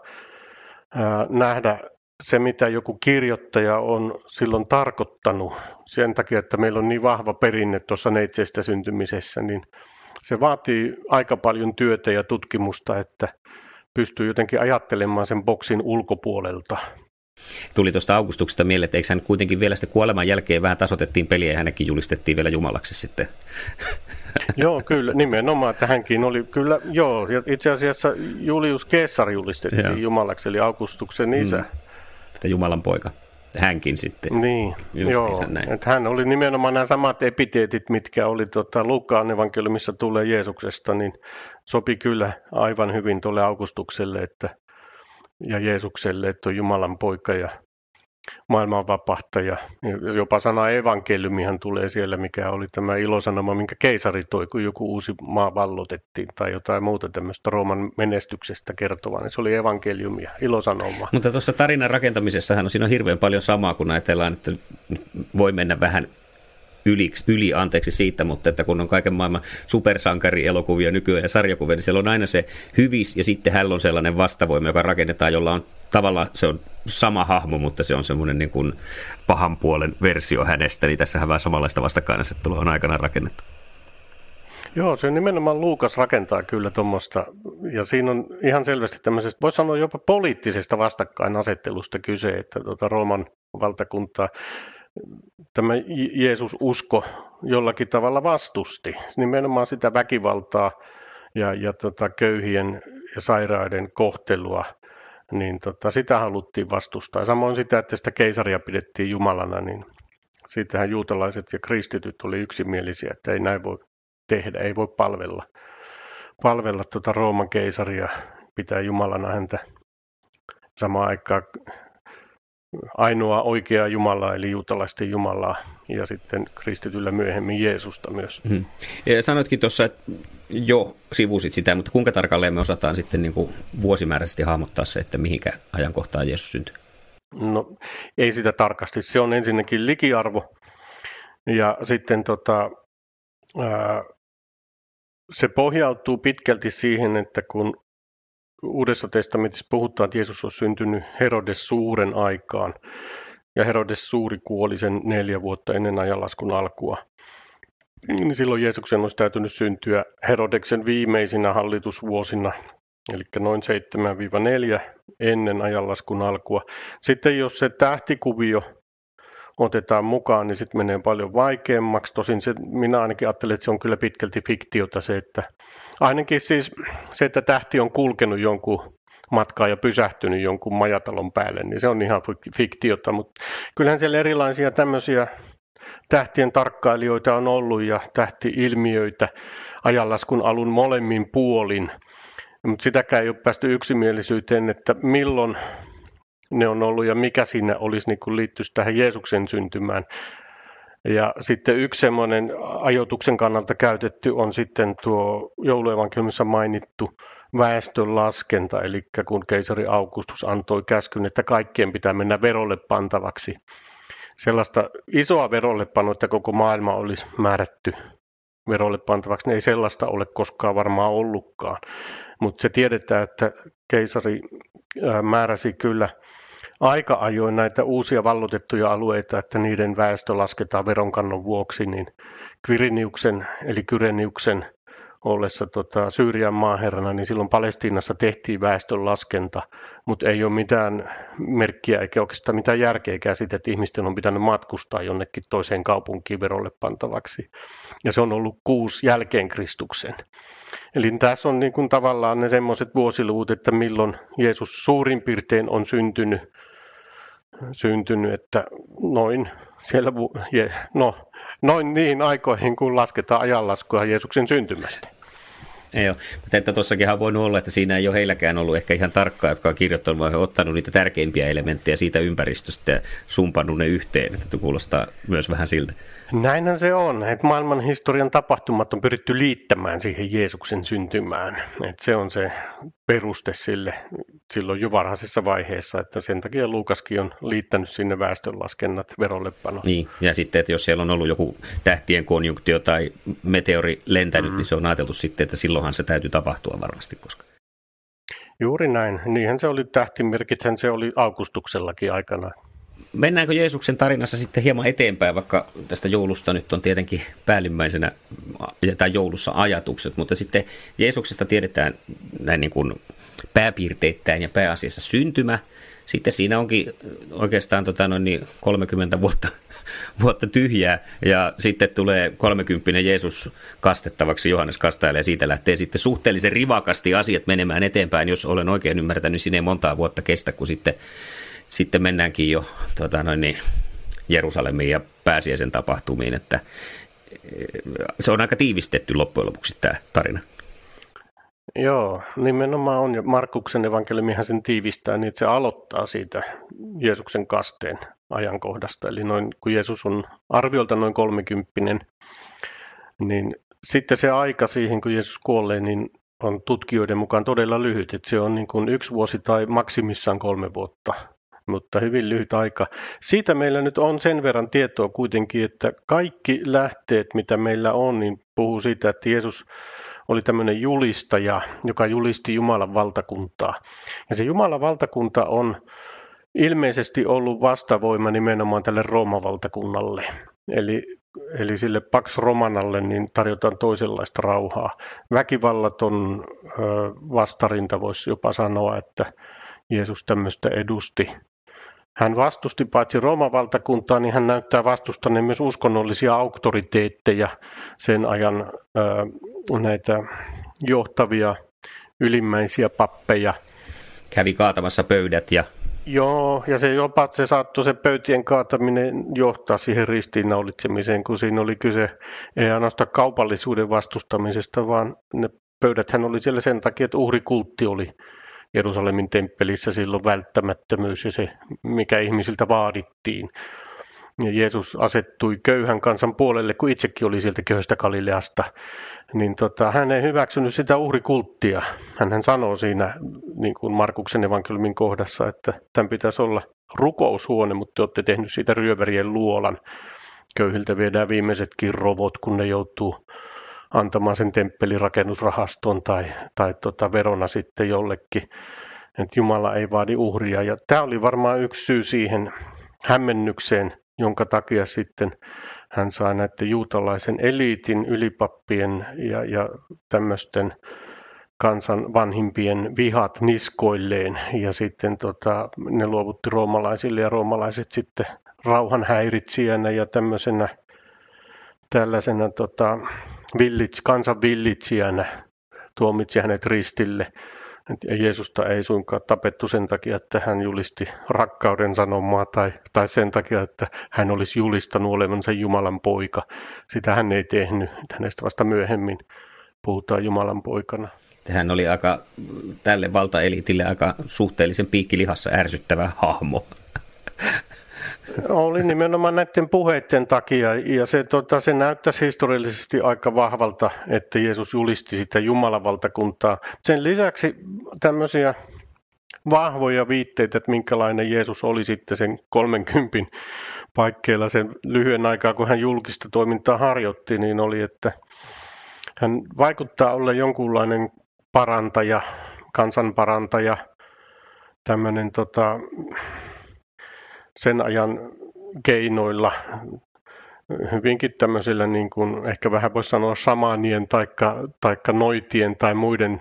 ää, nähdä se, mitä joku kirjoittaja on silloin tarkoittanut. Sen takia, että meillä on niin vahva perinne tuossa neitsestä syntymisessä, niin se vaatii aika paljon työtä ja tutkimusta, että pystyy jotenkin ajattelemaan sen boksin ulkopuolelta. Tuli tuosta Augustuksesta mieleen, että eikö hän kuitenkin vielä sitten kuoleman jälkeen vähän tasoitettiin peliä ja hänetkin julistettiin vielä jumalaksi sitten? Joo, kyllä, nimenomaan, että hänkin oli kyllä, joo, ja itse asiassa Julius Caesar julistettiin joo. jumalaksi, eli Augustuksen isä. Mm. Että Jumalan poika. Hänkin sitten. Niin, joo, että hän oli nimenomaan nämä samat epiteetit, mitkä oli tota, Luukkaan evankeliumissa tulee Jeesuksesta, niin sopi kyllä aivan hyvin tuolle Augustukselle että, ja Jeesukselle, että on Jumalan poika ja maailman vapahtaja. Jopa sana evankeliumihan tulee siellä, mikä oli tämä ilosanoma, minkä keisari toi, kun joku uusi maa vallotettiin tai jotain muuta tämmöistä Rooman menestyksestä kertovaa. Niin se oli evankeliumia, ilosanoma. Mutta tuossa tarinan rakentamisessahan on, siinä on hirveän paljon samaa, kun ajatellaan, että voi mennä vähän yli, yli anteeksi siitä, mutta että kun on kaiken maailman supersankarielokuvia nykyään ja sarjakuvia, niin siellä on aina se hyvis ja sitten hän on sellainen vastavoima, joka rakennetaan, jolla on tavallaan se on sama hahmo, mutta se on semmoinen niin kuin pahan puolen versio hänestä, niin tässähän vähän samanlaista vastakkainasettelua on aikanaan rakennettu. Joo, se nimenomaan Luukas rakentaa kyllä tuommoista, ja siinä on ihan selvästi tämmöisestä, voisi sanoa jopa poliittisesta vastakkainasettelusta kyse, että tuota Rooman valtakuntaa tämä Jeesus-usko jollakin tavalla vastusti, nimenomaan sitä väkivaltaa ja, ja tota köyhien ja sairaiden kohtelua, niin tota, sitä haluttiin vastustaa. Samoin sitä, että sitä keisaria pidettiin jumalana, niin siitähän juutalaiset ja kristityt oli yksimielisiä, että ei näin voi tehdä, ei voi palvella, palvella tuota Rooman keisaria, pitää jumalana häntä samaan aikaan ainoa oikea Jumalaa, eli juutalaisten Jumalaa, ja sitten kristityllä myöhemmin Jeesusta myös. Hmm. Ja sanoitkin tuossa, että jo sivusit sitä, mutta kuinka tarkalleen me osataan sitten niin kuin vuosimääräisesti hahmottaa se, että mihinkä ajankohtaan Jeesus syntyi? No ei sitä tarkasti. Se on ensinnäkin likiarvo, ja sitten tota, ää, se pohjautuu pitkälti siihen, että kun Uudessa testamentissa puhutaan, että Jeesus on syntynyt Herodes suuren aikaan, ja Herodes suuri kuoli sen neljä vuotta ennen ajanlaskun alkua. Niin silloin Jeesuksen olisi täytynyt syntyä Herodeksen viimeisinä hallitusvuosina, eli noin seitsemän neljä ennen ajanlaskun alkua. Sitten jos se tähtikuvio otetaan mukaan, niin sitten menee paljon vaikeammaksi. Tosin se, minä ainakin ajattelen, että se on kyllä pitkälti fiktiota se, että ainakin siis se, että tähti on kulkenut jonkun matkaa ja pysähtynyt jonkun majatalon päälle, niin se on ihan fiktiota, mutta kyllähän siellä erilaisia tämmöisiä tähtien tarkkailijoita on ollut ja tähti-ilmiöitä ajanlaskun alun molemmin puolin. Mutta sitäkään ei ole päästy yksimielisyyteen, että milloin ne on ollut ja mikä siinä olisi niin kuin liittyisi tähän Jeesuksen syntymään. Ja sitten yksi semmoinen ajoituksen kannalta käytetty on sitten tuo jouluevankeliumissa mainittu väestönlaskenta, eli kun keisari Augustus antoi käskyn, että kaikkien pitää mennä verolle pantavaksi. Sellaista isoa verollepanoa, että koko maailma olisi määrätty verolle pantavaksi, niin ei sellaista ole koskaan varmaan ollutkaan. Mutta se tiedetään, että keisari määräsi kyllä aika ajoin näitä uusia valloitettuja alueita, että niiden väestö lasketaan veronkannon vuoksi, niin Quiriniuksen eli Kyreniuksen ollessa tota, Syyrian maaherrana, niin silloin Palestiinassa tehtiin väestön laskenta, mutta ei ole mitään merkkiä eikä oikeastaan mitään järkeäkään siitä, että ihmisten on pitänyt matkustaa jonnekin toiseen kaupunkiin verolle pantavaksi. Ja se on ollut kuusi jälkeen Kristuksen. Eli tässä on niin kuin tavallaan ne semmoiset vuosiluvut, että milloin Jeesus suurin piirtein on syntynyt, syntynyt että noin, siellä, no, noin niihin aikoihin, kun lasketaan ajanlaskua Jeesuksen syntymästä. Joo, mutta että tuossakin on voinut olla, että siinä ei ole heilläkään ollut ehkä ihan tarkkaa, jotka on kirjoittanut, vaan he on ottanut niitä tärkeimpiä elementtejä siitä ympäristöstä ja sumpannut ne yhteen, että kuulostaa myös vähän siltä. Näinhän se on, että maailman historian tapahtumat on pyritty liittämään siihen Jeesuksen syntymään. Että se on se peruste sille silloin jo varhaisessa vaiheessa, että sen takia Luukaskin on liittänyt sinne väestönlaskennat verollepano. Niin, ja sitten, että jos siellä on ollut joku tähtien konjunktio tai meteori lentänyt, mm. niin se on ajateltu sitten, että silloinhan se täytyy tapahtua varmasti, koska... Juuri näin. Niinhän se oli, tähtimerkithän se oli Augustuksellakin aikana. Mennäänkö Jeesuksen tarinassa sitten hieman eteenpäin, vaikka tästä joulusta nyt on tietenkin päällimmäisenä, tai joulussa ajatukset, mutta sitten Jeesuksesta tiedetään näin niin kuin pääpiirteittäin ja pääasiassa syntymä. Sitten siinä onkin oikeastaan tota noin niin kolmekymmentä vuotta, vuotta tyhjää ja sitten tulee kolmekymppinen Jeesus kastettavaksi, Johannes kastajalle, ja siitä lähtee sitten suhteellisen rivakasti asiat menemään eteenpäin. Jos olen oikein ymmärtänyt, siinä ei montaa vuotta kestä, kun sitten Sitten mennäänkin jo tota noin niin, Jerusalemiin ja pääsiäisen tapahtumiin, että se on aika tiivistetty loppujen lopuksi tämä tarina. Joo, nimenomaan on. Ja Markuksen evankeliumihan sen tiivistää niin, että se aloittaa siitä Jeesuksen kasteen ajankohdasta. Eli noin, kun Jeesus on arviolta noin kolmekymppinen, niin sitten se aika siihen, kun Jeesus kuolee, niin on tutkijoiden mukaan todella lyhyt. Että se on niin kuin yksi vuosi tai maksimissaan kolme vuotta. Mutta hyvin lyhyt aika. Siitä meillä nyt on sen verran tietoa kuitenkin, että kaikki lähteet, mitä meillä on, niin puhuu siitä, että Jeesus oli tämmöinen julistaja, joka julisti Jumalan valtakuntaa. Ja se Jumalan valtakunta on ilmeisesti ollut vastavoima nimenomaan tälle Rooman valtakunnalle. Eli, eli sille Pax Romanalle niin tarjotaan toisenlaista rauhaa. Väkivallaton vastarinta voisi jopa sanoa, että Jeesus tämmöistä edusti. Hän vastusti paitsi Rooman valtakuntaa, niin hän näyttää vastustaneen myös uskonnollisia auktoriteetteja, sen ajan ää, näitä johtavia ylimmäisiä pappeja. Kävi kaatamassa pöydät ja... Joo, ja se jopa se saattoi se pöytien kaataminen johtaa siihen ristiinnaulitsemiseen, kun siinä oli kyse ei ainoastaan kaupallisuuden vastustamisesta, vaan ne pöydäthän oli siellä sen takia, että uhrikultti oli Jerusalemin temppelissä silloin välttämättömyys ja se, mikä ihmisiltä vaadittiin. Ja Jeesus asettui köyhän kansan puolelle, kun itsekin oli sieltä köyhästä Galileasta. Niin tota, hän ei hyväksynyt sitä uhrikulttia. Hän sanoo siinä niin kuin Markuksen evankeliumin kohdassa, että tämän pitäisi olla rukoushuone, mutta te olette tehnyt siitä ryövärien luolan. Köyhiltä viedään viimeisetkin rovot, kun ne joutuu antamaan sen temppelirakennusrahastoon tai, tai tota verona sitten jollekin, että Jumala ei vaadi uhria. Ja tämä oli varmaan yksi syy siihen hämmennykseen, jonka takia sitten hän sai näiden juutalaisen eliitin, ylipappien ja, ja tämmöisten kansan vanhimpien vihat niskoilleen. Ja sitten tota, ne luovutti roomalaisille ja roomalaiset sitten rauhan häiritsijänä ja tämmöisenä tällaisena tota, villits, kansan villitsijänä tuomitsi hänet ristille. Ja Jeesusta ei suinkaan tapettu sen takia, että hän julisti rakkauden sanomaa tai, tai sen takia, että hän olisi julistanut olevansa Jumalan poika. Sitä hän ei tehnyt. Hänestä vasta myöhemmin puhutaan Jumalan poikana. Hän oli aika tälle valtaeliitille aika suhteellisen piikkilihassa ärsyttävä hahmo. Oli nimenomaan näiden puheiden takia, ja se, tota, se näyttäisi historiallisesti aika vahvalta, että Jeesus julisti sitä Jumalan valtakuntaa. Sen lisäksi tämmöisiä vahvoja viitteitä, että minkälainen Jeesus oli sitten sen kolmenkympin paikkeilla sen lyhyen aikaa, kun hän julkista toimintaa harjoitti, niin oli, että hän vaikuttaa olla jonkunlainen parantaja, kansanparantaja, tämmöinen tota, sen ajan keinoilla, hyvinkin tämmöisillä niin kuin ehkä vähän voisi sanoa shamanien taikka, taikka noitien tai muiden,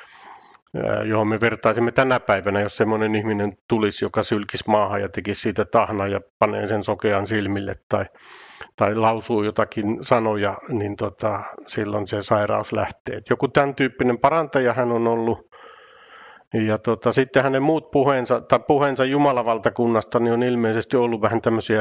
johon me vertaisimme tänä päivänä, jos semmoinen ihminen tulisi, joka sylkisi maahan ja tekisi siitä tahnaa ja panee sen sokean silmille tai, tai lausuu jotakin sanoja, niin tota, silloin se sairaus lähtee. Joku tämän tyyppinen parantaja hän on ollut. Ja tota, sitten hänen muut puheensa, tai puheensa Jumalavaltakunnasta niin on ilmeisesti ollut vähän tämmöisiä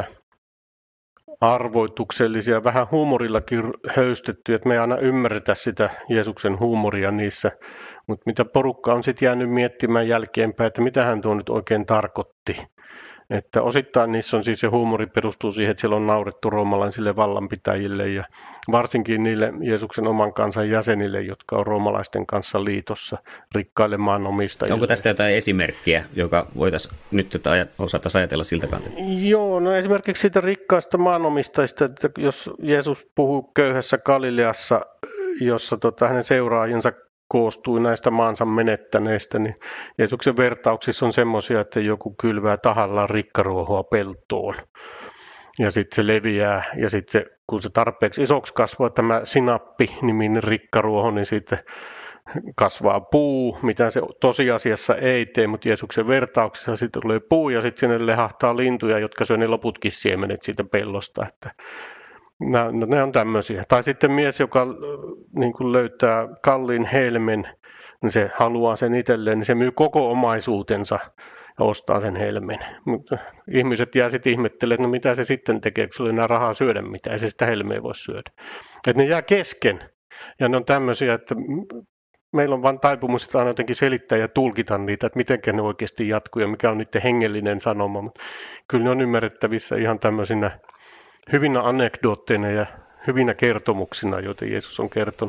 arvoituksellisia, vähän huumorillakin höystettyjä, että me ei aina ymmärretä sitä Jeesuksen huumoria niissä. Mutta mitä porukka on sitten jäänyt miettimään jälkeenpäin, että mitä hän tuo nyt oikein tarkoitti. Että osittain niissä on siis se huumori perustuu siihen, että siellä on naurettu roomalaisille vallanpitäjille ja varsinkin niille Jeesuksen oman kansan jäsenille, jotka on roomalaisten kanssa liitossa, rikkaille maanomistajille. Onko tästä jotain esimerkkiä, joka voitaisiin nyt osata ajatella siltä kantilta? Joo, no esimerkiksi siitä rikkaista maanomistajista, että jos Jeesus puhuu köyhässä Galileassa, jossa tota, hänen seuraajansa koostui näistä maansa menettäneistä, niin Jeesuksen vertauksissa on semmoisia, että joku kylvää tahallaan rikkaruohoa peltoon. Ja sitten se leviää, ja sitten kun se tarpeeksi isoksi kasvaa tämä sinappi-niminen rikkaruoho, niin sitten kasvaa puu, mitä se tosiasiassa ei tee, mutta Jeesuksen vertauksessa sitten tulee puu, ja sitten sinne lehahtaa lintuja, jotka syö ne loputkin siemenet siitä pellosta, että Nämä, ne on tämmöisiä. Tai sitten mies, joka niin kuin löytää kalliin helmen, niin se haluaa sen itselleen, niin se myy koko omaisuutensa ja ostaa sen helmen. Mutta ihmiset jää sitten ihmettelemään, että no mitä se sitten tekee, kun sulla ei enää rahaa syödä mitään, ei se sitä helmeä voi syödä. Että ne jää kesken. Ja ne on tämmöisiä, että meillä on vain taipumus, että aina jotenkin selittää ja tulkita niitä, että miten ne oikeasti jatkuu ja mikä on niiden hengellinen sanoma. Mutta kyllä ne on ymmärrettävissä ihan tämmöisinä hyvinä anekdootteina ja hyvinä kertomuksina, joita Jeesus on kertonut.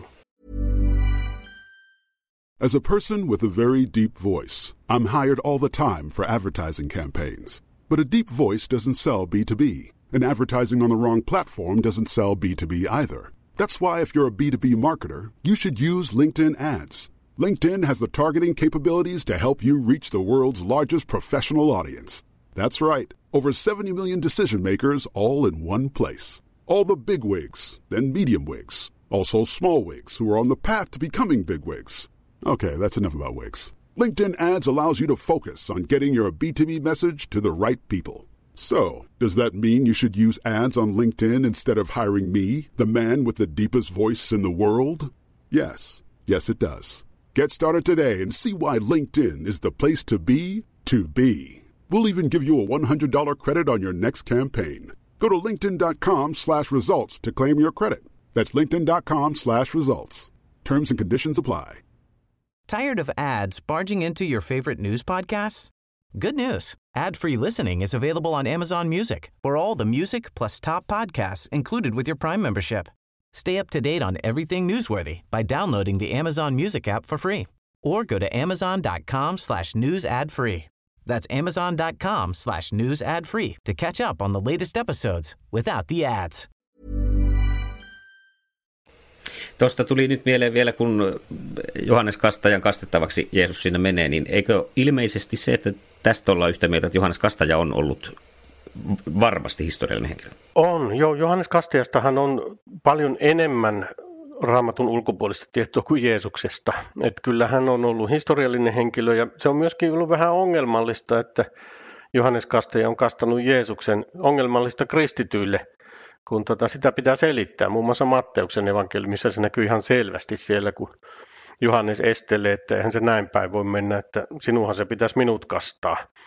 As a person with a very deep voice, I'm hired all the time for advertising campaigns. But a deep voice doesn't sell B two B, and advertising on the wrong platform doesn't sell B two B either. That's why if you're a B two B marketer, you should use LinkedIn ads. LinkedIn has the targeting capabilities to help you reach the world's largest professional audience. That's right. Over seventy million decision makers all in one place. All the big wigs, then medium wigs. Also small wigs who are on the path to becoming big wigs. Okay, that's enough about wigs. LinkedIn ads allows you to focus on getting your B two B message to the right people. So, does that mean you should use ads on LinkedIn instead of hiring me, the man with the deepest voice in the world? Yes. Yes, it does. Get started today and see why LinkedIn is the place to be to be. We'll even give you a one hundred dollars credit on your next campaign. Go to linkedin.com slash results to claim your credit. That's linkedin.com slash results. Terms and conditions apply. Tired of ads barging into your favorite news podcasts? Good news. Ad-free listening is available on Amazon Music for all the music plus top podcasts included with your Prime membership. Stay up to date on everything newsworthy by downloading the Amazon Music app for free or go to amazon.com slash news ad free. That's amazon.com slash news ad free to catch up on the latest episodes without the ads. Tuosta tuli nyt mieleen vielä, kun Johannes Kastajan kastettavaksi Jeesus sinne menee, niin eikö ilmeisesti se, että tästä ollaan yhtä mieltä, että Johannes Kastaja on ollut varmasti historiallinen henkilö? On, joo. Johannes Kastajastahan on paljon enemmän Raamatun ulkopuolista tietoa kuin Jeesuksesta. Että kyllä hän on ollut historiallinen henkilö ja se on myöskin ollut vähän ongelmallista, että Johannes Kastaja on kastanut Jeesuksen ongelmallista kristityille, kun tota, sitä pitää selittää. Muun muassa Matteuksen evankeliumissa se näkyy ihan selvästi siellä, kun Johannes estelee, että eihän se näin päin voi mennä, että sinuhan se pitäisi minut kastaa.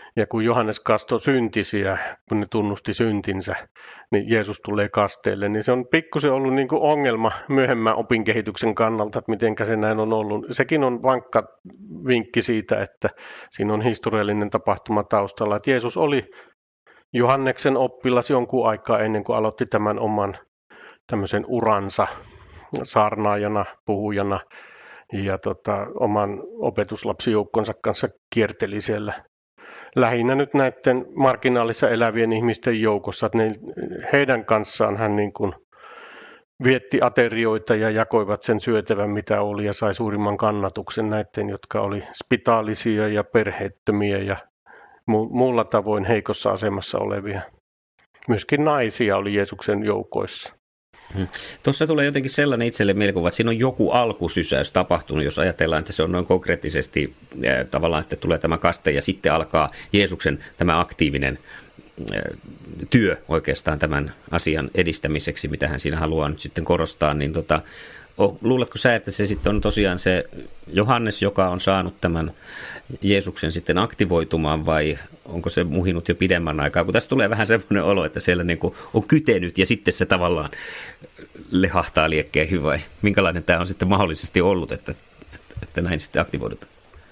Ja kun Johannes kastoi syntisiä, kun ne tunnusti syntinsä, niin Jeesus tulee kasteelle. Niin se on pikkusen ollut niin kuin ongelma myöhemmän opinkehityksen kannalta, että miten se näin on ollut. Sekin on vankka vinkki siitä, että siinä on historiallinen tapahtuma taustalla. Että Jeesus oli Johanneksen oppilas jonkun aikaa ennen kuin aloitti tämän oman tämmöisen uransa saarnaajana, puhujana. Ja tota, oman opetuslapsijoukkonsa kanssa kierteli siellä lähinnä nyt näiden marginaalissa elävien ihmisten joukossa. Että ne, heidän kanssaan hän niin kuin vietti aterioita ja jakoivat sen syötävän, mitä oli, ja sai suurimman kannatuksen näiden, jotka oli spitaalisia ja perheettömiä ja mu- muulla tavoin heikossa asemassa olevia. Myöskin naisia oli Jeesuksen joukoissa. Hmm. Tuossa tulee jotenkin sellainen itselle mielikuva, että siinä on joku alkusysäys tapahtunut, jos ajatellaan, että se on noin konkreettisesti, äh, tavallaan sitten tulee tämä kaste ja sitten alkaa Jeesuksen tämä aktiivinen äh, työ oikeastaan tämän asian edistämiseksi, mitä hän siinä haluaa nyt sitten korostaa, niin tota, oh, luuletko sä, että se sitten on tosiaan se Johannes, joka on saanut tämän Jeesuksen sitten aktivoitumaan, vai onko se muhinut jo pidemmän aikaa? Kun tässä tulee vähän semmoinen olo, että siellä niin kuin on kytenyt ja sitten se tavallaan lehahtaa liekkeihin, vai minkälainen tämä on sitten mahdollisesti ollut, että, että, että näin sitten aktivoidutaan?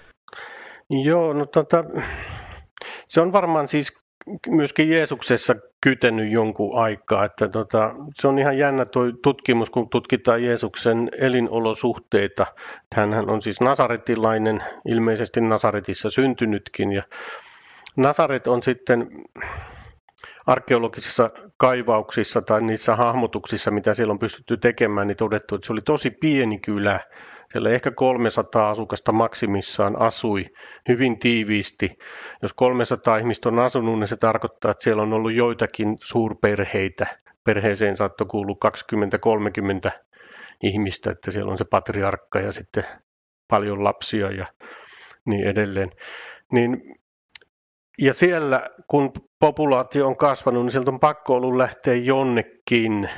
Joo, no tota, se on varmaan siis myöskin Jeesuksessa kytenyt jonkun aikaa, että tota, se on ihan jännä tuo tutkimus, kun tutkitaan Jeesuksen elinolosuhteita. Hänhän on siis nasaretilainen, ilmeisesti Nasaretissa syntynytkin, ja Nasaret on sitten arkeologisissa kaivauksissa tai niissä hahmotuksissa, mitä siellä on pystytty tekemään, niin todettu, että se oli tosi pieni kylä. Siellä ehkä kolmesataa asukasta maksimissaan asui hyvin tiiviisti. Jos kolmesataa ihmistä on asunut, niin se tarkoittaa, että siellä on ollut joitakin suurperheitä. Perheeseen saattoi kuulua kaksikymmentä kolmekymmentä ihmistä, että siellä on se patriarkka ja sitten paljon lapsia ja niin edelleen. Niin, ja siellä, kun populaatio on kasvanut, niin sieltä on pakko ollut lähteä jonnekin.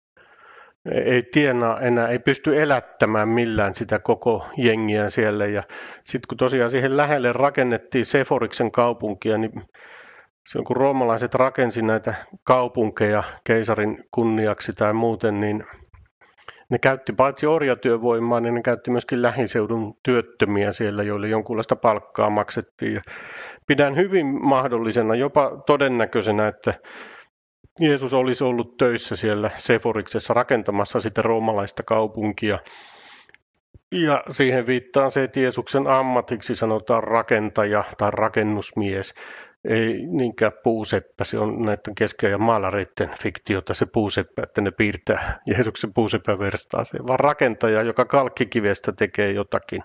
Ei tienaa enää, ei pysty elättämään millään sitä koko jengiä siellä. Ja sitten kun tosiaan siihen lähelle rakennettiin Seforiksen kaupunkia, niin silloin kun roomalaiset rakensi näitä kaupunkeja keisarin kunniaksi tai muuten, niin ne käytti paitsi orjatyövoimaa, niin ne käytti myöskin lähiseudun työttömiä siellä, joille jonkunlaista palkkaa maksettiin. Ja pidän hyvin mahdollisena, jopa todennäköisenä, että Jeesus olisi ollut töissä siellä Seforiksessa rakentamassa sitä roomalaista kaupunkia. Ja siihen viittaa se, että Jeesuksen ammatiksi sanotaan rakentaja tai rakennusmies. Ei niinkään puuseppä, se on näiden keskiajan maalareiden fiktiota se puuseppä, että ne piirtää Jeesuksen puuseppäverstaaseen, vaan rakentaja, joka kalkkikivestä tekee jotakin.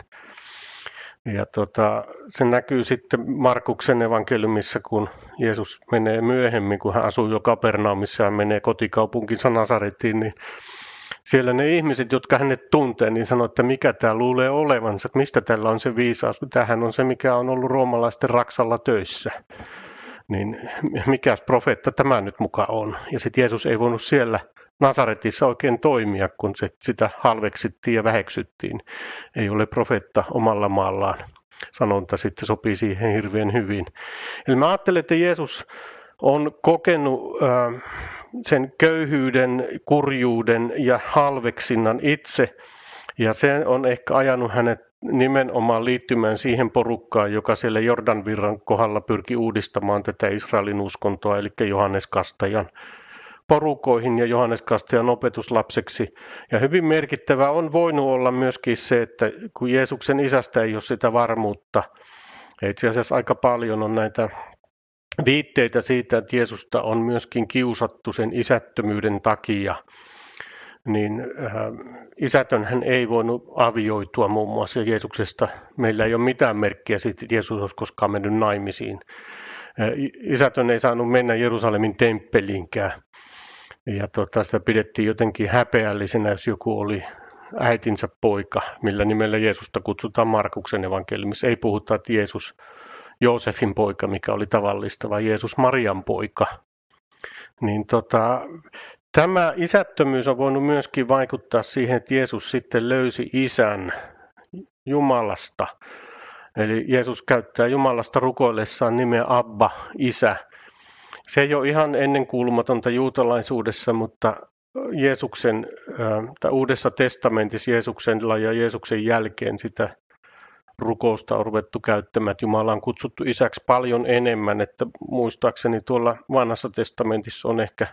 Ja tota, se näkyy sitten Markuksen evankeliumissa, kun Jeesus menee myöhemmin, kun hän asuu jo Kapernaumissa ja menee kotikaupunkinsa Nasaretiin, niin siellä ne ihmiset, jotka hänet tuntee, niin sanoo, että mikä tämä luulee olevansa, että mistä tällä on se viisaus. Tämähän on se, mikä on ollut roomalaisten Raksalla töissä. Niin mikäs profeetta tämä nyt muka on? Ja sitten Jeesus ei voinut siellä Nasaretissa oikein toimia, kun se, sitä halveksittiin ja väheksyttiin. Ei ole profeetta omalla maallaan. Sanonta sitten sopii siihen hirveän hyvin. Eli mä ajattelen, että Jeesus on kokenut äh, sen köyhyyden, kurjuuden ja halveksinnan itse. Ja se on ehkä ajanut hänet nimenomaan liittymään siihen porukkaan, joka siellä Jordanvirran kohdalla pyrki uudistamaan tätä Israelin uskontoa, eli Johannes Kastajan porukoihin ja Johannes Kastajan opetuslapseksi. Ja hyvin merkittävä on voinut olla myöskin se, että kun Jeesuksen isästä ei ole sitä varmuutta, itse asiassa aika paljon on näitä viitteitä siitä, että Jeesusta on myöskin kiusattu sen isättömyyden takia, niin äh, isätönhän ei voinut avioitua muun muassa Jeesuksesta. Meillä ei ole mitään merkkiä siitä, että Jeesus olisi koskaan mennyt naimisiin. Äh, isätön ei saanut mennä Jerusalemin temppeliinkään. Ja tota, sitä pidettiin jotenkin häpeällisenä, jos joku oli äitinsä poika, millä nimellä Jeesusta kutsutaan Markuksen evankeliumissa. Ei puhuta, että Jeesus Joosefin poika, mikä oli tavallista, vaan Jeesus Marian poika. Niin tota, tämä isättömyys on voinut myöskin vaikuttaa siihen, että Jeesus sitten löysi isän Jumalasta. Eli Jeesus käyttää Jumalasta rukoillessaan nimeä Abba, isä. Se ei ole ihan ennenkuulumatonta juutalaisuudessa, mutta Jeesuksen, tai Uudessa testamentissa Jeesuksella ja Jeesuksen jälkeen sitä rukousta on ruvettu käyttämään, että Jumala on kutsuttu isäksi paljon enemmän, että muistaakseni tuolla Vanhassa testamentissa on ehkä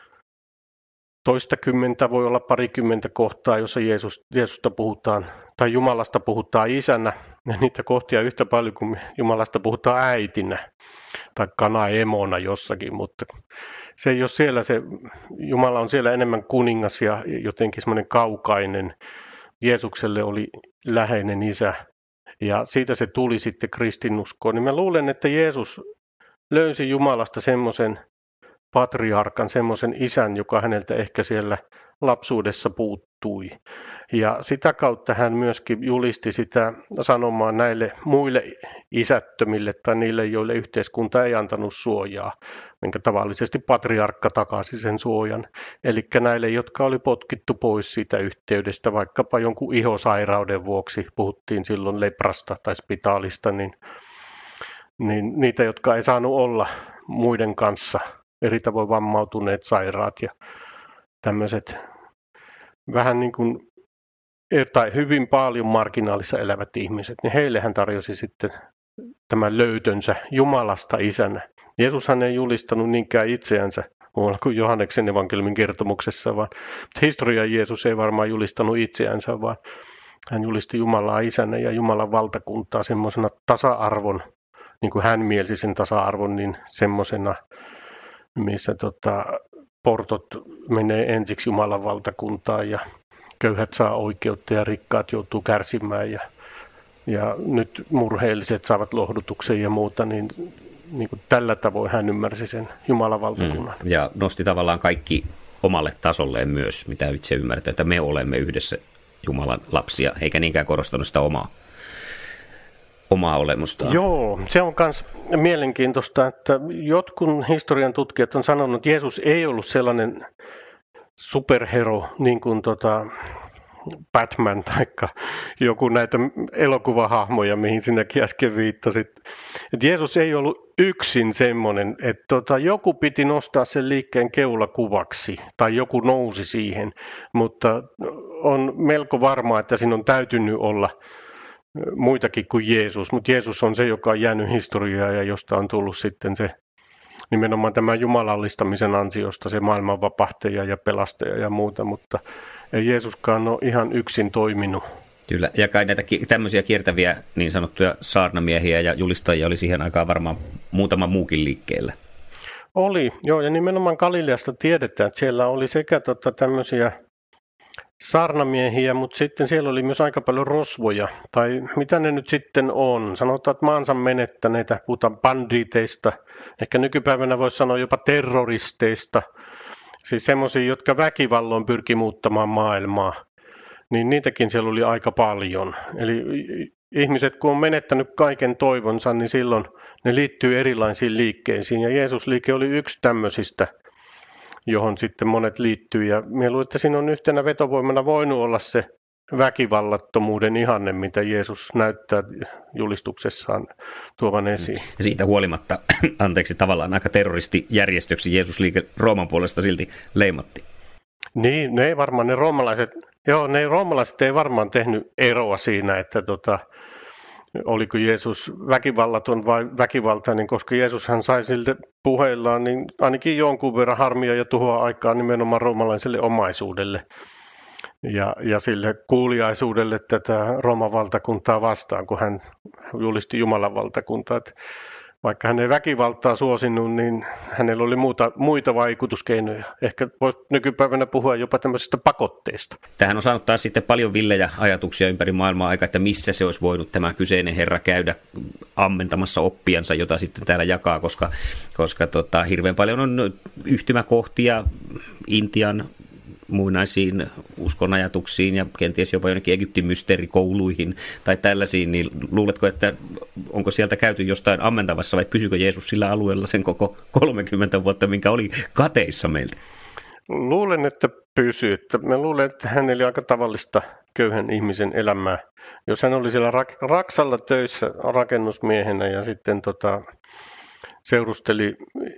toistakymmentä, voi olla parikymmentä kohtaa, jossa Jeesus, Jeesusta puhutaan, tai Jumalasta puhutaan isänä, ja niitä kohtia yhtä paljon kuin Jumalasta puhutaan äitinä, tai kana-emona jossakin, mutta se ei ole siellä, se, Jumala on siellä enemmän kuningas ja jotenkin semmoinen kaukainen. Jeesukselle oli läheinen isä, ja siitä se tuli sitten kristinuskoon. Niin mä luulen, että Jeesus löysi Jumalasta semmoisen patriarkan, semmoisen isän, joka häneltä ehkä siellä lapsuudessa puuttui. Ja sitä kautta hän myöskin julisti sitä sanomaa näille muille isättömille tai niille, joille yhteiskunta ei antanut suojaa, minkä tavallisesti patriarkka takasi sen suojan. Eli näille, jotka oli potkittu pois siitä yhteydestä, vaikkapa jonkun ihosairauden vuoksi, puhuttiin silloin leprasta tai spitaalista, niin, niin niitä, jotka ei saanut olla muiden kanssa, eri tavoin vammautuneet sairaat ja tämmöiset vähän niin kuin, tai hyvin paljon marginaalissa elävät ihmiset, niin heille hän tarjosi sitten tämän löytönsä Jumalasta isänä. Jeesushan ei julistanut niinkään itseänsä muualla kuin Johanneksen evankeliumin kertomuksessa, vaan historian Jeesus ei varmaan julistanut itseänsä, vaan hän julisti Jumalaa isänä ja Jumalan valtakuntaa semmoisena tasa-arvon, niin kuin hän mielsi sen tasa-arvon, niin semmoisena, missä tota, portot menee ensiksi Jumalan valtakuntaan ja köyhät saa oikeutta ja rikkaat joutuu kärsimään ja, ja nyt murheelliset saavat lohdutuksen ja muuta, niin, niin kuin tällä tavoin hän ymmärsi sen Jumalan valtakunnan. Mm, ja nosti tavallaan kaikki omalle tasolleen myös, mitä itse ymmärtää, että me olemme yhdessä Jumalan lapsia, eikä niinkään korostanut sitä omaa, omaa olemustaan. Joo, se on myös mielenkiintoista, että jotkut historian tutkijat on sanonut, että Jeesus ei ollut sellainen superhero, niin kuin tota Batman tai joku näitä elokuvahahmoja, mihin sinäkin äsken viittasit. Et Jeesus ei ollut yksin semmoinen, että tota, joku piti nostaa sen liikkeen keulakuvaksi tai joku nousi siihen, mutta on melko varmaa, että siinä on täytynyt olla muitakin kuin Jeesus, mutta Jeesus on se, joka on jäänyt historiaan ja josta on tullut sitten se nimenomaan tämän jumalallistamisen ansiosta se maailman vapahtaja ja pelastaja ja muuta, mutta ei Jeesuskaan ole ihan yksin toiminut. Kyllä, ja kai näitä tämmöisiä kiertäviä niin sanottuja saarnamiehiä ja julistajia oli siihen aikaan varmaan muutama muukin liikkeellä. Oli, joo, ja nimenomaan Galileasta tiedetään, että siellä oli sekä tota tämmöisiä saarnamiehiä, mutta sitten siellä oli myös aika paljon rosvoja, tai mitä ne nyt sitten on. Sanotaan, että maansa menettäneitä, puhutaan banditeista, ehkä nykypäivänä voisi sanoa jopa terroristeista, siis semmoisia, jotka väkivalloin pyrki muuttamaan maailmaa, niin niitäkin siellä oli aika paljon. Eli ihmiset, kun on menettänyt kaiken toivonsa, niin silloin ne liittyy erilaisiin liikkeisiin, ja Jeesus-liike oli yksi tämmöisistä, johon sitten monet liittyy. Ja minä luulen, että siinä on yhtenä vetovoimana voinut olla se väkivallattomuuden ihanne, mitä Jeesus näyttää julistuksessaan tuovan esiin. Ja siitä huolimatta, anteeksi, tavallaan aika terroristijärjestöksi Jeesus-liike Rooman puolesta silti leimattiin. Niin, ne ei varmaan, ne roomalaiset, joo, ne roomalaiset ei varmaan tehnyt eroa siinä, että tota, oliko Jeesus väkivallaton vai väkivaltainen, koska Jeesushan sai siltä puheillaan niin ainakin jonkun verran harmia ja tuhoa aikaa nimenomaan roomalaiselle omaisuudelle ja, ja sille kuuliaisuudelle tätä Rooman valtakuntaa vastaan, kun hän julisti Jumalan valtakuntaa. Että vaikka hän ei väkivaltaa suosinut, niin hänellä oli muuta, muita vaikutuskeinoja. Ehkä voisi nykypäivänä puhua jopa tämmöisestä pakotteesta. Tähän on saanut taas sitten paljon villejä ajatuksia ympäri maailmaa aika, että missä se olisi voinut tämä kyseinen herra käydä ammentamassa oppiansa, jota sitten täällä jakaa, koska, koska tota, hirveän paljon on yhtymäkohtia Intian muinaisiin uskonajatuksiin ja kenties jopa jonnekin Egyptin mysteerikouluihin tai tällaisiin, niin luuletko, että onko sieltä käyty jostain ammentavassa vai pysyykö Jeesus sillä alueella sen koko kolmekymmentä vuotta, minkä oli kateissa meiltä? Luulen, että pysyy. Mä luulen, että hänellä oli aika tavallista köyhän ihmisen elämää. Jos hän oli siellä rak- Raksalla töissä rakennusmiehenä ja sitten tota, seurusteli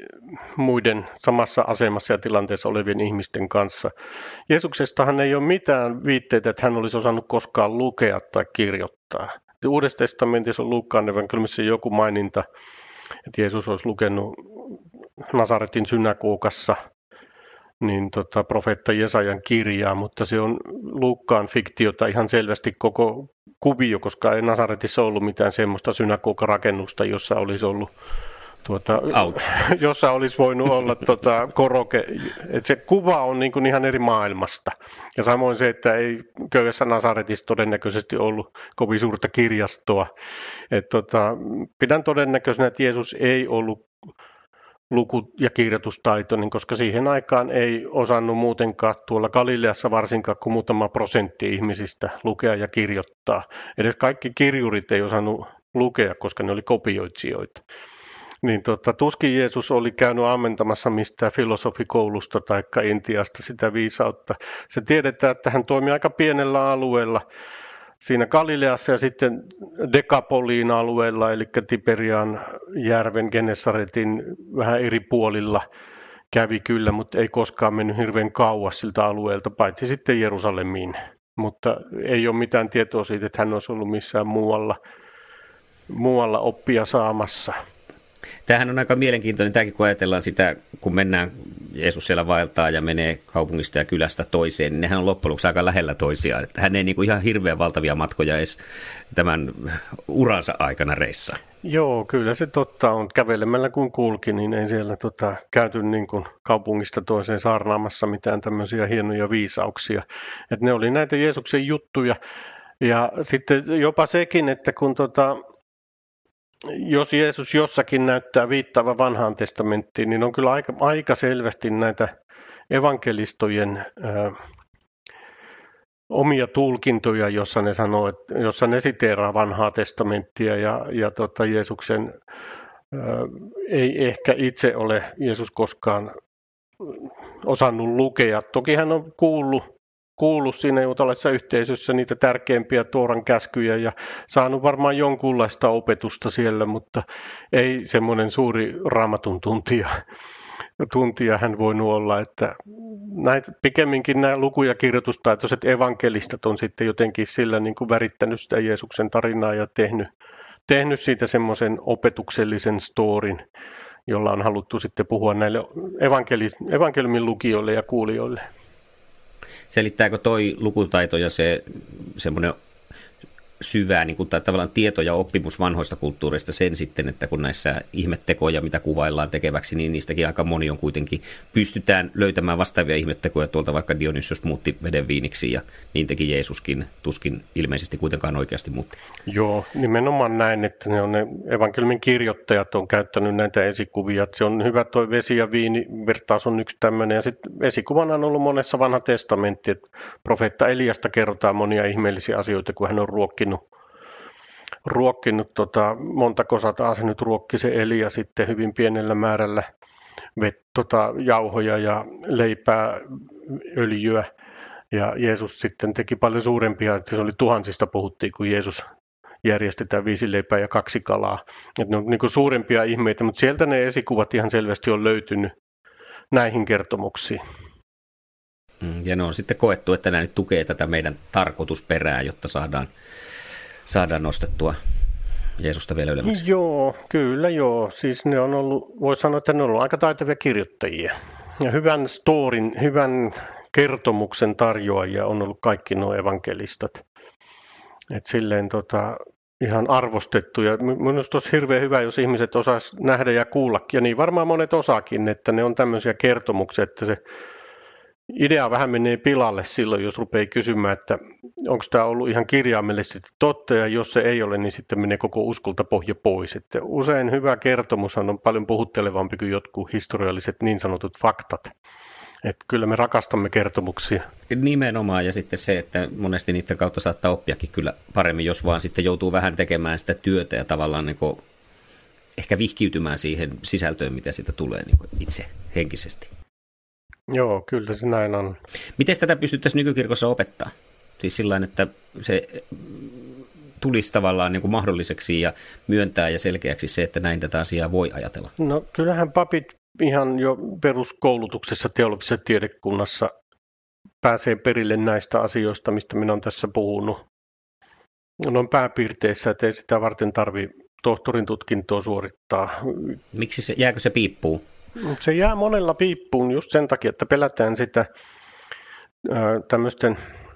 muiden samassa asemassa ja tilanteessa olevien ihmisten kanssa. Jeesuksestahan ei ole mitään viitteitä, että hän olisi osannut koskaan lukea tai kirjoittaa. Uudessa testamentissa on Luukkaan evankeliumissa joku maininta, että Jeesus olisi lukenut Nasaretin synagogassa niin tota, profeetta Jesajan kirjaa, mutta se on Luukkaan fiktiota ihan selvästi koko kuvio, koska ei Nasaretissa ollut mitään semmoista synagogarakennusta, jossa olisi ollut Tuota, jossa olisi voinut olla tuota, koroke. Et se kuva on niin kuin ihan eri maailmasta. Ja samoin se, että ei köyhässä Nasaretissa todennäköisesti ollut kovin suurta kirjastoa. Et, tuota, pidän todennäköisenä, että Jeesus ei ollut luku- ja kirjoitustaitoinen, koska siihen aikaan ei osannut muutenkaan tuolla Galileassa varsinkaan kuin muutama prosentti ihmisistä lukea ja kirjoittaa. Edes kaikki kirjurit ei osannut lukea, koska ne oli kopioitsijoita. Niin tota, tuskin Jeesus oli käynyt ammentamassa mistään filosofikoulusta tai Intiasta sitä viisautta. Se tiedetään, että hän toimi aika pienellä alueella siinä Galileassa ja sitten Dekapoliin alueella, eli Tiberian järven Genesaretin vähän eri puolilla kävi kyllä, mutta ei koskaan mennyt hirveän kauas siltä alueelta, paitsi sitten Jerusalemiin. Mutta ei ole mitään tietoa siitä, että hän olisi ollut missään muualla, muualla oppia saamassa. Tämähän on aika mielenkiintoinen, tämäkin kun ajatellaan sitä, kun mennään, Jeesus siellä vaeltaa ja menee kaupungista ja kylästä toiseen, niin nehän on loppujen lopuksi aika lähellä toisiaan. Että hän ei niin kuin ihan hirveän valtavia matkoja edes tämän uransa aikana reissaa. Joo, kyllä se totta on. Kävelemällä kun kulki, niin ei siellä tota, käyty niin kuin kaupungista toiseen saarnaamassa mitään tämmöisiä hienoja viisauksia. Että ne oli näitä Jeesuksen juttuja. Ja sitten jopa sekin, että kun tota, jos Jeesus jossakin näyttää viittaava vanhaan testamenttiin, niin on kyllä aika, aika selvästi näitä evankelistojen ää, omia tulkintoja, jossa ne sanoo, että, jossa ne siteeraa vanhaa testamenttia ja, ja tota, Jeesuksen ää, ei ehkä itse ole Jeesus koskaan osannut lukea. Toki hän on kuullut. kuullut siinä juutalaisessa yhteisössä niitä tärkeimpiä Tooran käskyjä ja saanut varmaan jonkunlaista opetusta siellä, mutta ei semmoinen suuri raamatun tuntija, tuntija hän voinut olla, että näitä, pikemminkin nämä luku- ja kirjoitustaitoiset evankelistat on sitten jotenkin sillä niin kuin värittänyt sitä Jeesuksen tarinaa ja tehnyt, tehnyt siitä semmoisen opetuksellisen storin, jolla on haluttu sitten puhua näille evankeli- evankeliumin lukijoille ja kuulijoille. Selittääkö toi lukutaito ja se semmoinen syvää niin kuin, tai tavallaan tieto ja oppimus vanhoista kulttuureista sen sitten, että kun näissä ihmettekoja, mitä kuvaillaan tekeväksi, niin niistäkin aika moni on kuitenkin, pystytään löytämään vastaavia ihmettekoja tuolta, vaikka Dionysios muutti veden viiniksi ja niin teki Jeesuskin, tuskin ilmeisesti kuitenkaan oikeasti muutti. Joo, nimenomaan näin, että ne on ne evankeliumin kirjoittajat on käyttänyt näitä esikuvia. Se on hyvä toi vesi ja viini, vertaus on yksi tämmöinen ja sitten esikuvana on ollut monessa vanha testamentti, että profeetta Eliasta kerrotaan monia ihmeellisiä asioita, kun hän on ruokkinut ruokkinut tota, montako sataa se nyt ruokki se Elia sitten hyvin pienellä määrällä vet, tota, jauhoja ja leipää, öljyä. Ja Jeesus sitten teki paljon suurempia, että se oli tuhansista puhuttiin, kun Jeesus järjestetään viisi leipää ja kaksi kalaa. Et ne on niin kuin suurempia ihmeitä, mutta sieltä ne esikuvat ihan selvästi on löytynyt näihin kertomuksiin. Ja ne on sitten koettu, että nämä nyt tukee tätä meidän tarkoitusperää, jotta saadaan saadaan nostettua Jeesusta vielä ylemmäksi. Joo, kyllä joo. Siis ne on ollut, voi sanoa, että ne on ollut aika taitavia kirjoittajia. Ja hyvän storin, hyvän kertomuksen tarjoajia on ollut kaikki nuo evankelistat. Et silleen tota, ihan arvostettu. Ja minusta olisi hirveän hyvä, jos ihmiset osaisi nähdä ja kuulla. Ja niin varmaan monet osaakin, että ne on tämmöisiä kertomuksia, että se idea vähän menee pilalle silloin, jos rupeaa kysymään, että onko tämä ollut ihan kirjaimellisesti totta, ja jos se ei ole, niin sitten menee koko uskolta pohja pois. Että usein hyvä kertomus on paljon puhuttelevampi kuin jotkut historialliset niin sanotut faktat. Että kyllä me rakastamme kertomuksia. Nimenomaan, ja sitten se, että monesti niiden kautta saattaa oppiakin kyllä paremmin, jos vaan sitten joutuu vähän tekemään sitä työtä ja tavallaan niin kuin ehkä vihkiytymään siihen sisältöön, mitä siitä tulee niin kuin itse henkisesti. Joo, kyllä se näin on. Miten tätä pystyttäisiin nykykirkossa opettaa? Siis sillain, että se tulisi tavallaan niin kuin mahdolliseksi ja myöntää ja selkeäksi se, että näin tätä asiaa voi ajatella? No kyllähän papit ihan jo peruskoulutuksessa teologisessa tiedekunnassa pääsee perille näistä asioista, mistä minä olen tässä puhunut. Noin pääpiirteissä, että ei sitä varten tarvitse tohtorin tutkintoa suorittaa. Miksi se, jääkö se piippuun? Se jää monella piippuun just sen takia, että pelätään sitä ää, tämmöisten,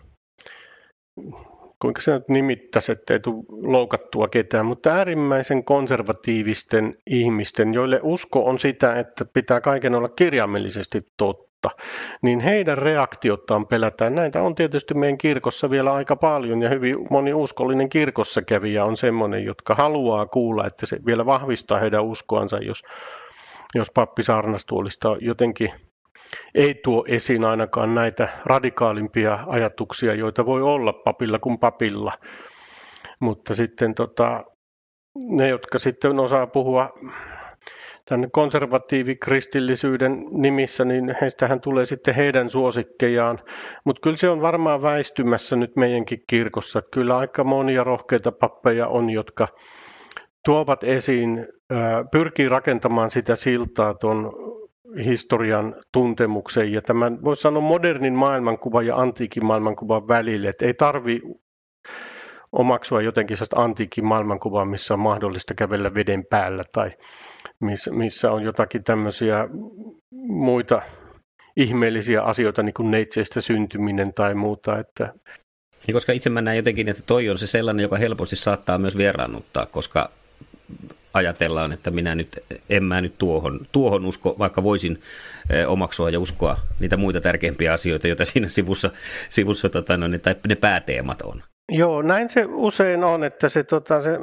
kuinka se nyt nimittäisi, ettei tule loukattua ketään, mutta äärimmäisen konservatiivisten ihmisten, joille usko on sitä, että pitää kaiken olla kirjaimellisesti totta, niin heidän reaktiottaan pelätään. Näitä on tietysti meidän kirkossa vielä aika paljon ja hyvin moni uskollinen kirkossa kävijä on semmoinen, jotka haluaa kuulla, että se vielä vahvistaa heidän uskoansa, jos, jos pappi saarnastuolista jotenkin ei tuo esiin ainakaan näitä radikaalimpia ajatuksia, joita voi olla papilla kuin papilla. Mutta sitten tota, ne, jotka sitten osaa puhua tämän konservatiivikristillisyyden nimissä, niin heistähän tulee sitten heidän suosikkejaan. Mutta kyllä se on varmaan väistymässä nyt meidänkin kirkossa. Kyllä aika monia rohkeita pappeja on, jotka tuovat esiin, pyrkii rakentamaan sitä siltaa tuon historian tuntemuksen ja tämän, voisi sanoa, modernin maailmankuvan ja antiikin maailmankuvan välille. Että ei tarvitse omaksua jotenkin sellaista antiikin maailmankuvaa, missä on mahdollista kävellä veden päällä tai missä, missä on jotakin tämmöisiä muita ihmeellisiä asioita, niin kuin neitseistä syntyminen tai muuta. Että ja koska itse mä näen jotenkin, että toi on se sellainen, joka helposti saattaa myös vieraannuttaa, koska ajatellaan, että minä nyt, en mä nyt tuohon, tuohon usko, vaikka voisin omaksua ja uskoa niitä muita tärkeimpiä asioita, joita siinä sivussa, sivussa tota, no, ne, tai ne pääteemat on. Joo, näin se usein on, että se, tota, se,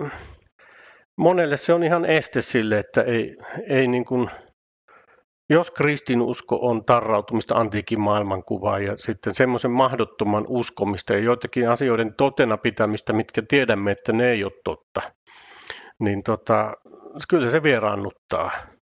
monelle se on ihan este sille, että ei, ei niin kuin, jos kristinusko on tarrautumista antiikin maailmankuvaan ja sitten semmoisen mahdottoman uskomista ja joitakin asioiden totena pitämistä, mitkä tiedämme, että ne ei ole totta, niin tota, kyllä se vieraannuttaa.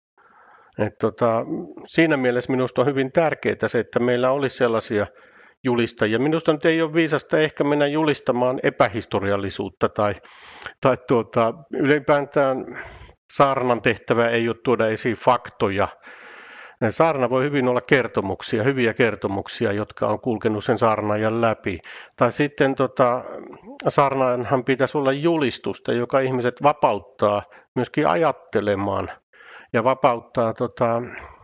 Et tota, siinä mielessä minusta on hyvin tärkeää se, että meillä olisi sellaisia julistajia. Minusta nyt ei ole viisasta ehkä mennä julistamaan epähistoriallisuutta tai, tai tuota, ylipäätään saarnan tehtävä ei ole tuoda esiin faktoja. Saarna voi hyvin olla kertomuksia, hyviä kertomuksia, jotka on kulkenut sen saarnaajan läpi. Tai sitten tota, saarnaajanhan pitäisi olla julistusta, joka ihmiset vapauttaa myöskin ajattelemaan ja vapauttaa tota,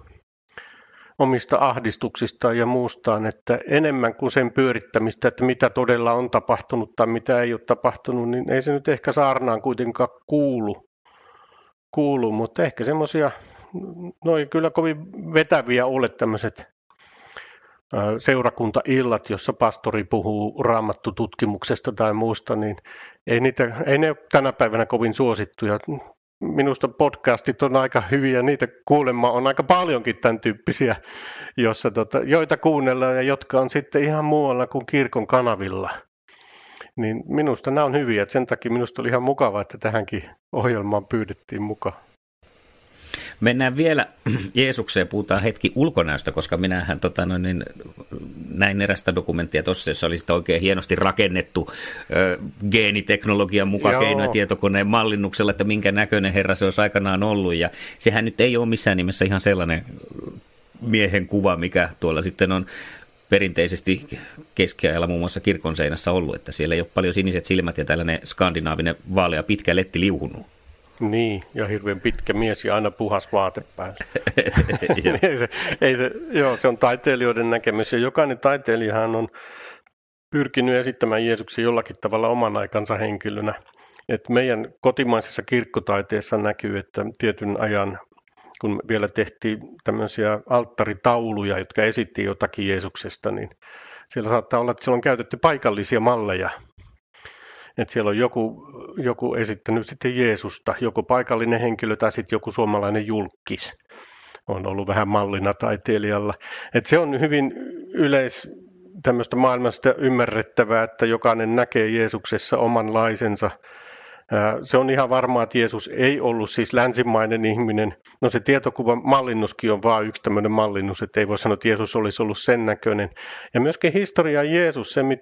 omista ahdistuksistaan ja muustaan, että enemmän kuin sen pyörittämistä, että mitä todella on tapahtunut tai mitä ei ole tapahtunut, niin ei se nyt ehkä saarnaan kuitenkaan kuulu, kuulu mutta ehkä semmoisia, no ei kyllä kovin vetäviä ole tämmöiset seurakuntaillat, jossa pastori puhuu raamattututkimuksesta tai muusta, niin ei, niitä, ei ne ole tänä päivänä kovin suosittuja. Minusta podcastit on aika hyviä, niitä kuulemma on aika paljonkin tämän tyyppisiä, jossa, tota, joita kuunnellaan ja jotka on sitten ihan muualla kuin kirkon kanavilla. Niin minusta nämä on hyviä, että sen takia minusta oli ihan mukavaa, että tähänkin ohjelmaan pyydettiin mukaan. Mennään vielä Jeesukseen, puhutaan hetki ulkonäöstä, koska minähän tota, no, niin, näin erästä dokumenttia tuossa, jossa oli sitä oikein hienosti rakennettu ö, geeniteknologian mukaan keinoja tietokoneen mallinnuksella, että minkä näköinen herra se olisi aikanaan ollut. Ja sehän nyt ei ole missään nimessä ihan sellainen miehen kuva, mikä tuolla sitten on perinteisesti keskiajalla muun muassa kirkon seinässä ollut, että siellä ei ole paljon siniset silmät ja tällainen skandinaavinen vaalea pitkä letti liuhunut. Niin, ja hirveän pitkä mies ja aina puhas vaate päällä. ei se, ei se, joo, se on taiteilijoiden näkemys ja jokainen taiteilijahan on pyrkinyt esittämään Jeesuksen jollakin tavalla oman aikansa henkilönä. Et meidän kotimaisessa kirkkotaiteessa näkyy, että tietyn ajan, kun vielä tehtiin tämmöisiä alttaritauluja, jotka esitti jotakin Jeesuksesta, niin siellä saattaa olla, että siellä on käytetty paikallisia malleja. Että siellä on joku, joku esittänyt sitten Jeesusta, joku paikallinen henkilö tai sitten joku suomalainen julkkis on ollut vähän mallina taiteilijalla. Että se on hyvin yleis tämmöistä maailmasta ymmärrettävää, että jokainen näkee Jeesuksessa omanlaisensa. Se on ihan varmaa, että Jeesus ei ollut siis länsimainen ihminen. No se tietokuvan mallinnuskin on vain yksi tämmöinen mallinnus, että ei voi sanoa, että Jeesus olisi ollut sen näköinen. Ja myöskin historia Jeesus, se mitä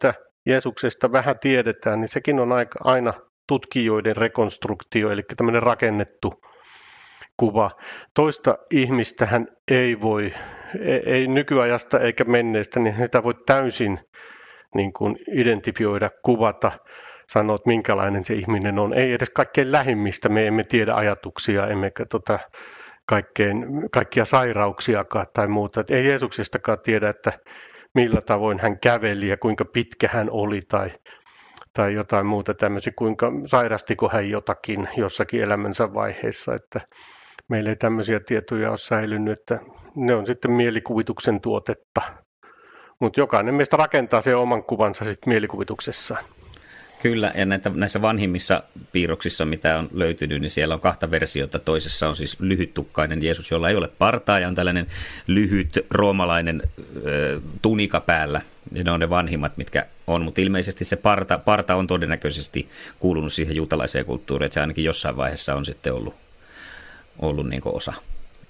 Jeesuksesta vähän tiedetään, niin sekin on aika, aina tutkijoiden rekonstruktio, eli tämmöinen rakennettu kuva. Toista ihmistähän ei voi, ei nykyajasta eikä menneestä, niin sitä voi täysin niin kuin identifioida, kuvata, sanoa, että minkälainen se ihminen on. Ei edes kaikkein lähimmistä, me emme tiedä ajatuksia, emmekä tota, kaikkein, kaikkia sairauksiakaan tai muuta. Et ei Jeesuksestakaan tiedä, että millä tavoin hän käveli ja kuinka pitkä hän oli tai, tai jotain muuta tämmöisiä, kuinka sairastiko hän jotakin jossakin elämänsä vaiheessa, että meillä ei tämmöisiä tietoja ole säilynyt, että ne on sitten mielikuvituksen tuotetta. Mutta jokainen meistä rakentaa sen oman kuvansa sitten mielikuvituksessaan. Kyllä, ja näitä, näissä vanhimmissa piirroksissa, mitä on löytynyt, niin siellä on kahta versiota. Toisessa on siis lyhyttukkainen Jeesus, jolla ei ole partaa, ja on tällainen lyhyt roomalainen ö, tunika päällä. Ja ne on ne vanhimmat, mitkä on, mutta ilmeisesti se parta, parta on todennäköisesti kuulunut siihen juutalaiseen kulttuuriin, että se ainakin jossain vaiheessa on sitten ollut, ollut niin kuin osa.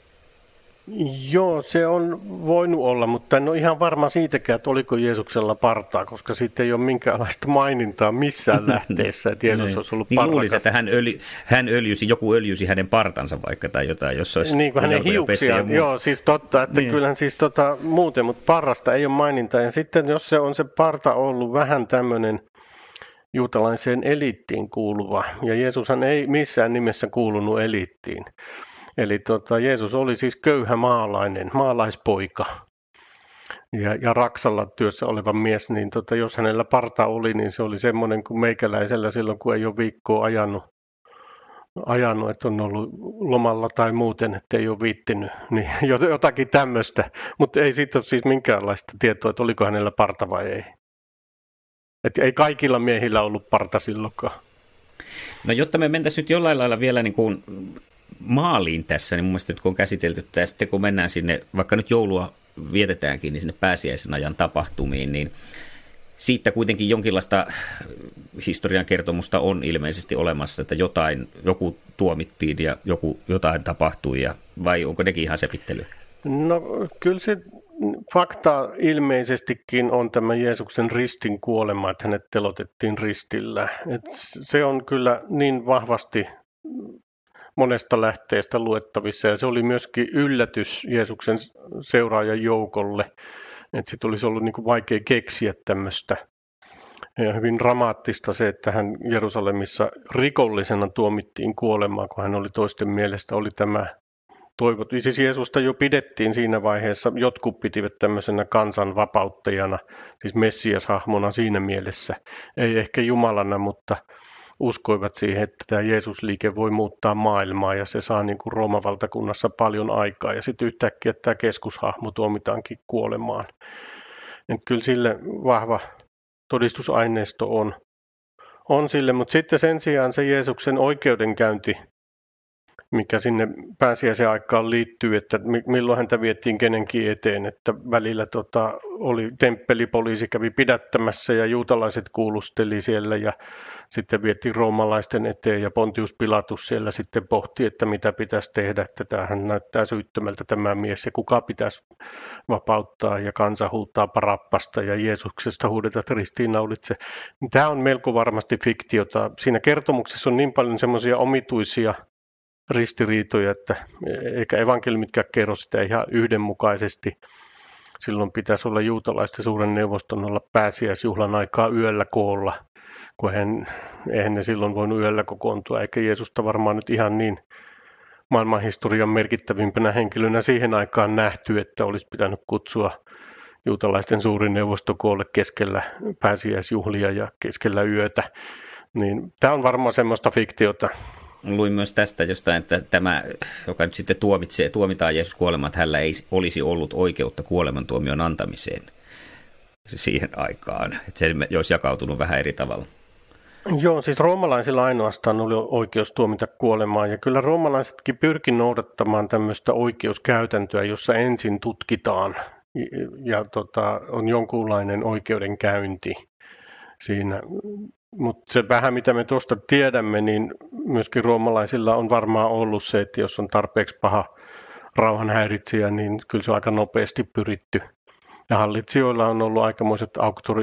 Joo, se on voinut olla, mutta en ole ihan varma siitäkään, että oliko Jeesuksella partaa, koska siitä ei ole minkäänlaista mainintaa missään lähteessä, että Jeesus olisi ollut niin parrakas. luulisi, että hän, öljy, hän öljysi, joku öljysi hänen partansa vaikka tai jotain, jos olisi niin kuin hänen hiuksia, joo, siis totta, että niin. Kyllähän siis tota, muuten, mutta parrasta ei ole mainintaa. Ja sitten jos se on se parta ollut vähän tämmöinen juutalaiseen eliittiin kuuluva, ja Jeesushan ei missään nimessä kuulunut eliittiin. Eli tota, Jeesus oli siis köyhä maalainen, maalaispoika ja, ja Raksalla työssä oleva mies, niin tota, jos hänellä parta oli, niin se oli semmoinen kuin meikäläisellä silloin, kun ei ole viikkoa ajanut, ajanut että on ollut lomalla tai muuten, että ei ole viittinyt, niin jotakin tämmöistä, mutta ei siitä ole siis minkäänlaista tietoa, että oliko hänellä parta vai ei. Et ei kaikilla miehillä ollut parta silloinkaan. No jotta me mentäisiin nyt jollain lailla vielä niin kuin maaliin tässä, niin mun mielestä nyt kun on käsitelty tämä, sitten kun mennään sinne, vaikka nyt joulua vietetäänkin, niin sinne pääsiäisen ajan tapahtumiin, niin siitä kuitenkin jonkinlaista historian kertomusta on ilmeisesti olemassa, että jotain, joku tuomittiin ja joku, jotain tapahtui, ja, vai onko nekin ihan sepittely? No kyllä se fakta ilmeisestikin on tämä Jeesuksen ristin kuolema, että hänet telotettiin ristillä. Et se on kyllä niin vahvasti monesta lähteestä luettavissa, ja se oli myöskin yllätys Jeesuksen seuraajan joukolle, että sitten olisi ollut niin kuin vaikea keksiä tämmöistä. Ja hyvin dramaattista se, että hän Jerusalemissa rikollisena tuomittiin kuolemaan, kun hän oli toisten mielestä, oli tämä toivottu. Siis Jeesusta jo pidettiin siinä vaiheessa, jotkut pitivät tämmöisenä kansan vapauttajana, siis Messias-hahmona siinä mielessä, ei ehkä Jumalana, mutta uskoivat siihen, että tämä Jeesus-liike voi muuttaa maailmaa ja se saa niin kuin Rooman valtakunnassa paljon aikaa. Ja sitten yhtäkkiä tämä keskushahmo tuomitaankin kuolemaan. Et kyllä sille vahva todistusaineisto on, on sille, mutta sitten sen sijaan se Jeesuksen oikeudenkäynti, mikä sinne pääsiäisen aikaan liittyy, että milloin häntä viettiin kenenkin eteen, että välillä tota, oli temppelipoliisi kävi pidättämässä ja juutalaiset kuulusteli siellä ja sitten vietiin roomalaisten eteen ja Pontius Pilatus siellä sitten pohti, että mitä pitäisi tehdä, että tämähän näyttää syyttömältä tämä mies ja kuka pitäisi vapauttaa ja kansa huutaa Parappasta ja Jeesuksesta huudetaan ristiinnaulitse. Tämä on melko varmasti fiktiota. Siinä kertomuksessa on niin paljon semmoisia omituisia ristiriitoja, että eikä evankeliumitkään kerro sitä ihan yhdenmukaisesti. Silloin pitäisi olla juutalaisten suuren neuvoston olla pääsiäisjuhlan aikaa yöllä koolla, kun eihän, eihän ne silloin voinut yöllä kokoontua, eikä Jeesusta varmaan nyt ihan niin maailmanhistorian merkittävimpänä henkilönä siihen aikaan nähty, että olisi pitänyt kutsua juutalaisten suurin neuvosto koolle keskellä pääsiäisjuhlia ja keskellä yötä. Niin, tämä on varmaan semmoista fiktiota. Luin myös tästä jostain, että tämä, joka nyt sitten tuomitsee, tuomitaan Jeesus kuolemaan, että hänellä ei olisi ollut oikeutta kuolemantuomion antamiseen siihen aikaan. Että se olisi jakautunut vähän eri tavalla. Joo, siis roomalaisilla ainoastaan oli oikeus tuomita kuolemaan. Ja kyllä roomalaisetkin pyrki noudattamaan tämmöistä oikeuskäytäntöä, jossa ensin tutkitaan ja, ja tota, on jonkunlainen oikeudenkäynti siinä. Mutta se vähän, mitä me tuosta tiedämme, niin myöskin roomalaisilla on varmaan ollut se, että jos on tarpeeksi paha rauhanhäiritsijä, niin kyllä se on aika nopeasti pyritty. Ja hallitsijoilla on ollut aikamoiset auktori,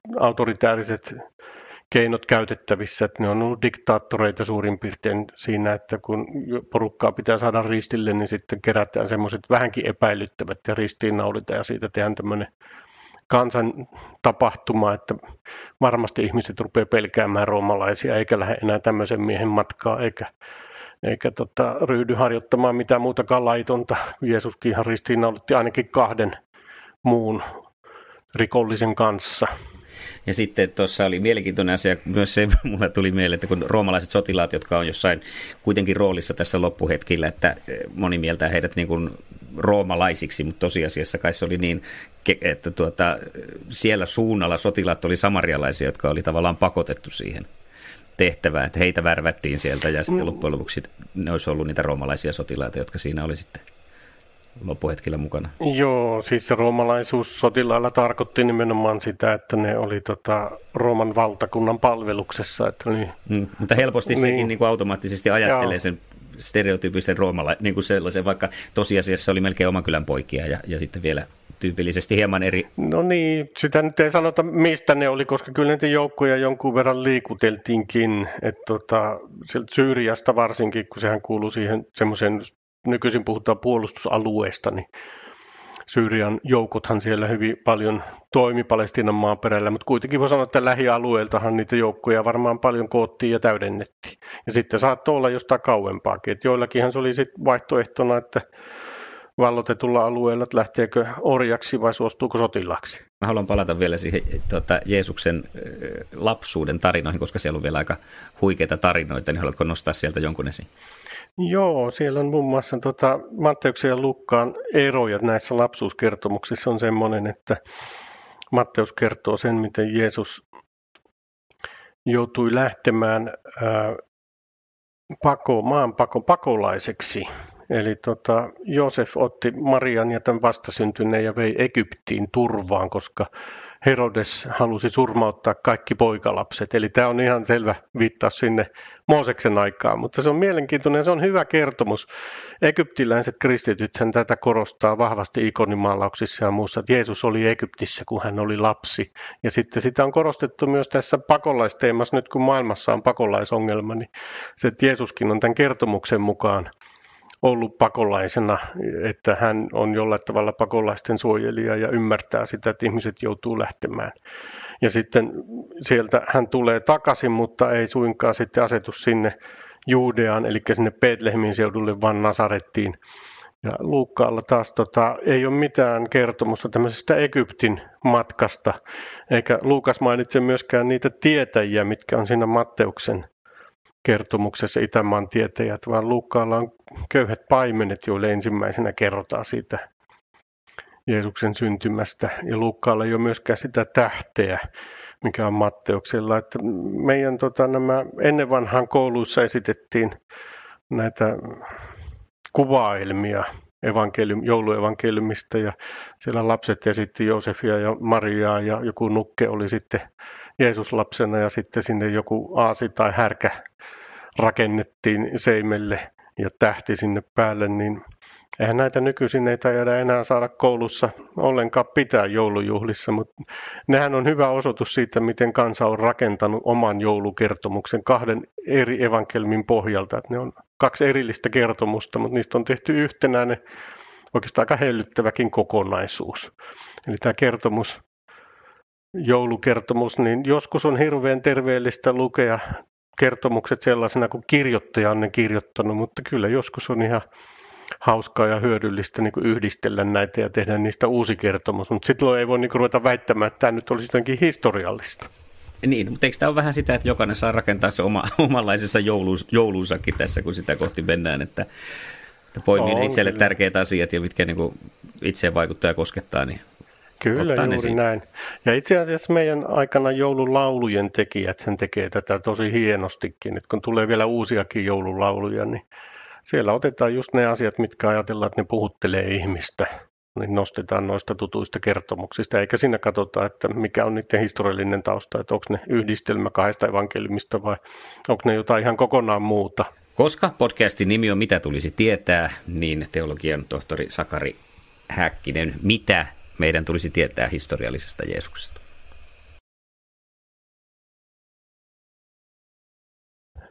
autoritääriset keinot käytettävissä, että ne on ollut diktaattoreita suurin piirtein siinä, että kun porukkaa pitää saada ristille, niin sitten kerätään semmoiset vähänkin epäilyttävät ja ristiinnaulitaan ja siitä tehdään tämmöinen kansan tapahtuma, että varmasti ihmiset rupeaa pelkäämään roomalaisia eikä lähde enää tämmöisen miehen matkaa eikä, eikä tota, ryhdy harjoittamaan mitään muutakaan laitonta. Jeesuskin ihan ristiinnaulitti ainakin kahden muun rikollisen kanssa. Ja sitten tuossa oli mielenkiintoinen asia, myös se mulle tuli mieleen, että kun roomalaiset sotilaat, jotka on jossain kuitenkin roolissa tässä loppuhetkillä, että moni mieltää heidät niin kuin roomalaisiksi, mutta tosiasiassa kai se oli niin, että tuota, siellä suunnalla sotilaat oli samarialaisia, jotka oli tavallaan pakotettu siihen tehtävään, että heitä värvättiin sieltä ja sitten loppujen lopuksi ne olisi ollut niitä roomalaisia sotilaita, jotka siinä oli sitten loppuhetkellä mukana. Joo, siis se roomalaisuus sotilailla tarkoitti nimenomaan sitä, että ne oli tota, Rooman valtakunnan palveluksessa. Että niin, mm, mutta helposti niin, sekin niin kuin automaattisesti ajattelee joo. sen stereotyyppisen roomalaisen, niin kuin sellaisen, vaikka tosiasiassa oli melkein oman kylän poikia ja, ja sitten vielä tyypillisesti hieman eri. No niin, sitä nyt ei sanota mistä ne oli, koska kyllä niitä joukkoja jonkun verran liikuteltiinkin. Että tota, sieltä Syyriasta varsinkin, kun sehän kuuluu siihen semmoiseen, nykyisin puhutaan puolustusalueesta, niin Syyrian joukothan siellä hyvin paljon toimi Palestiinan maaperällä, mutta kuitenkin voi sanoa, että lähialueiltahan niitä joukkoja varmaan paljon koottiin ja täydennettiin. Ja sitten saattoi olla jostain kauempaakin, että joillakinhan se oli sitten vaihtoehtona, että vallotetulla alueella, että lähteekö orjaksi vai suostuuko sotilaaksi. Mä haluan palata vielä siihen tuota, Jeesuksen lapsuuden tarinoihin, koska siellä on vielä aika huikeita tarinoita, niin haluatko nostaa sieltä jonkun esiin? Joo, siellä on muun muassa tota, Matteuksen ja Luukkaan eroja näissä lapsuuskertomuksissa on semmoinen, että Matteus kertoo sen, miten Jeesus joutui lähtemään ää, pako, maanpako pakolaiseksi. Eli tota, Joosef otti Marian ja tämän vastasyntyneen ja vei Egyptiin turvaan, koska Herodes halusi surmauttaa kaikki poikalapset. Eli tämä on ihan selvä viittaus sinne Mooseksen aikaan, mutta se on mielenkiintoinen ja se on hyvä kertomus. Egyptiläiset kristitythän tätä korostaa vahvasti ikonimaalauksissa ja muussa, että Jeesus oli Egyptissä, kun hän oli lapsi. Ja sitten sitä on korostettu myös tässä pakolaisteemassa, nyt kun maailmassa on pakolaisongelma, niin se, että Jeesuskin on tämän kertomuksen mukaan ollut pakolaisena, että hän on jollain tavalla pakolaisten suojelija ja ymmärtää sitä, että ihmiset joutuu lähtemään. Ja sitten sieltä hän tulee takaisin, mutta ei suinkaan sitten asetu sinne Juudeaan, eli sinne Betlehemin seudulle, vaan Nasarettiin. Ja Luukkaalla taas tota, ei ole mitään kertomusta tämmöisestä Egyptin matkasta, eikä Luukas mainitse myöskään niitä tietäjiä, mitkä on siinä Matteuksen kertomuksessa Itämaan tietäjät, vaan Luukkaalla on köyhät paimenet, joille ensimmäisenä kerrotaan siitä Jeesuksen syntymästä. Ja Luukkaalla ei ole myöskään sitä tähteä, mikä on Matteuksella. Että meidän tota, nämä ennen vanhaan kouluissa esitettiin näitä kuvailmia evankelium, jouluevankeliumista ja siellä lapset esitti Joosefia ja Mariaa ja joku nukke oli sitten Jeesus lapsena ja sitten sinne joku aasi tai härkä rakennettiin seimelle ja tähti sinne päälle, niin eihän näitä nykyisin ei taida enää saada koulussa ollenkaan pitää joulujuhlissa, mutta nehän on hyvä osoitus siitä, miten kansa on rakentanut oman joulukertomuksen kahden eri evankeliumin pohjalta. Että ne on kaksi erillistä kertomusta, mutta niistä on tehty yhtenäinen, oikeastaan aika hellyttäväkin kokonaisuus. Eli tämä kertomus, joulukertomus, niin joskus on hirveän terveellistä lukea kertomukset sellaisena kuin kirjoittaja on ne kirjoittanut, mutta kyllä joskus on ihan hauskaa ja hyödyllistä niin kuin yhdistellä näitä ja tehdä niistä uusi kertomus, mutta silloin ei voi niin kuin ruveta väittämään, että tämä nyt olisi jotenkin historiallista. Niin, mutta eikö tämä ole vähän sitä, että jokainen saa rakentaa se oma, omanlaisessa joulu, jouluunsakin tässä, kun sitä kohti mennään, että, että poimii on, itselle kyllä tärkeät asiat ja mitkä niin kuin itseen vaikuttaa ja koskettaa, niin kyllä juuri näin. Ja itse asiassa meidän aikana joululaulujen tekijät hän tekee tätä tosi hienostikin, että kun tulee vielä uusiakin joululauluja, niin siellä otetaan just ne asiat, mitkä ajatellaan, että ne puhuttelee ihmistä, niin nostetaan noista tutuista kertomuksista, eikä siinä katsota, että mikä on niiden historiallinen tausta, että onko ne yhdistelmä kahdesta evankeliumista vai onko ne jotain ihan kokonaan muuta. Koska podcastin nimi on Mitä tulisi tietää, niin teologian tohtori Sakari Häkkinen, mitä meidän tulisi tietää historiallisesta Jeesuksesta?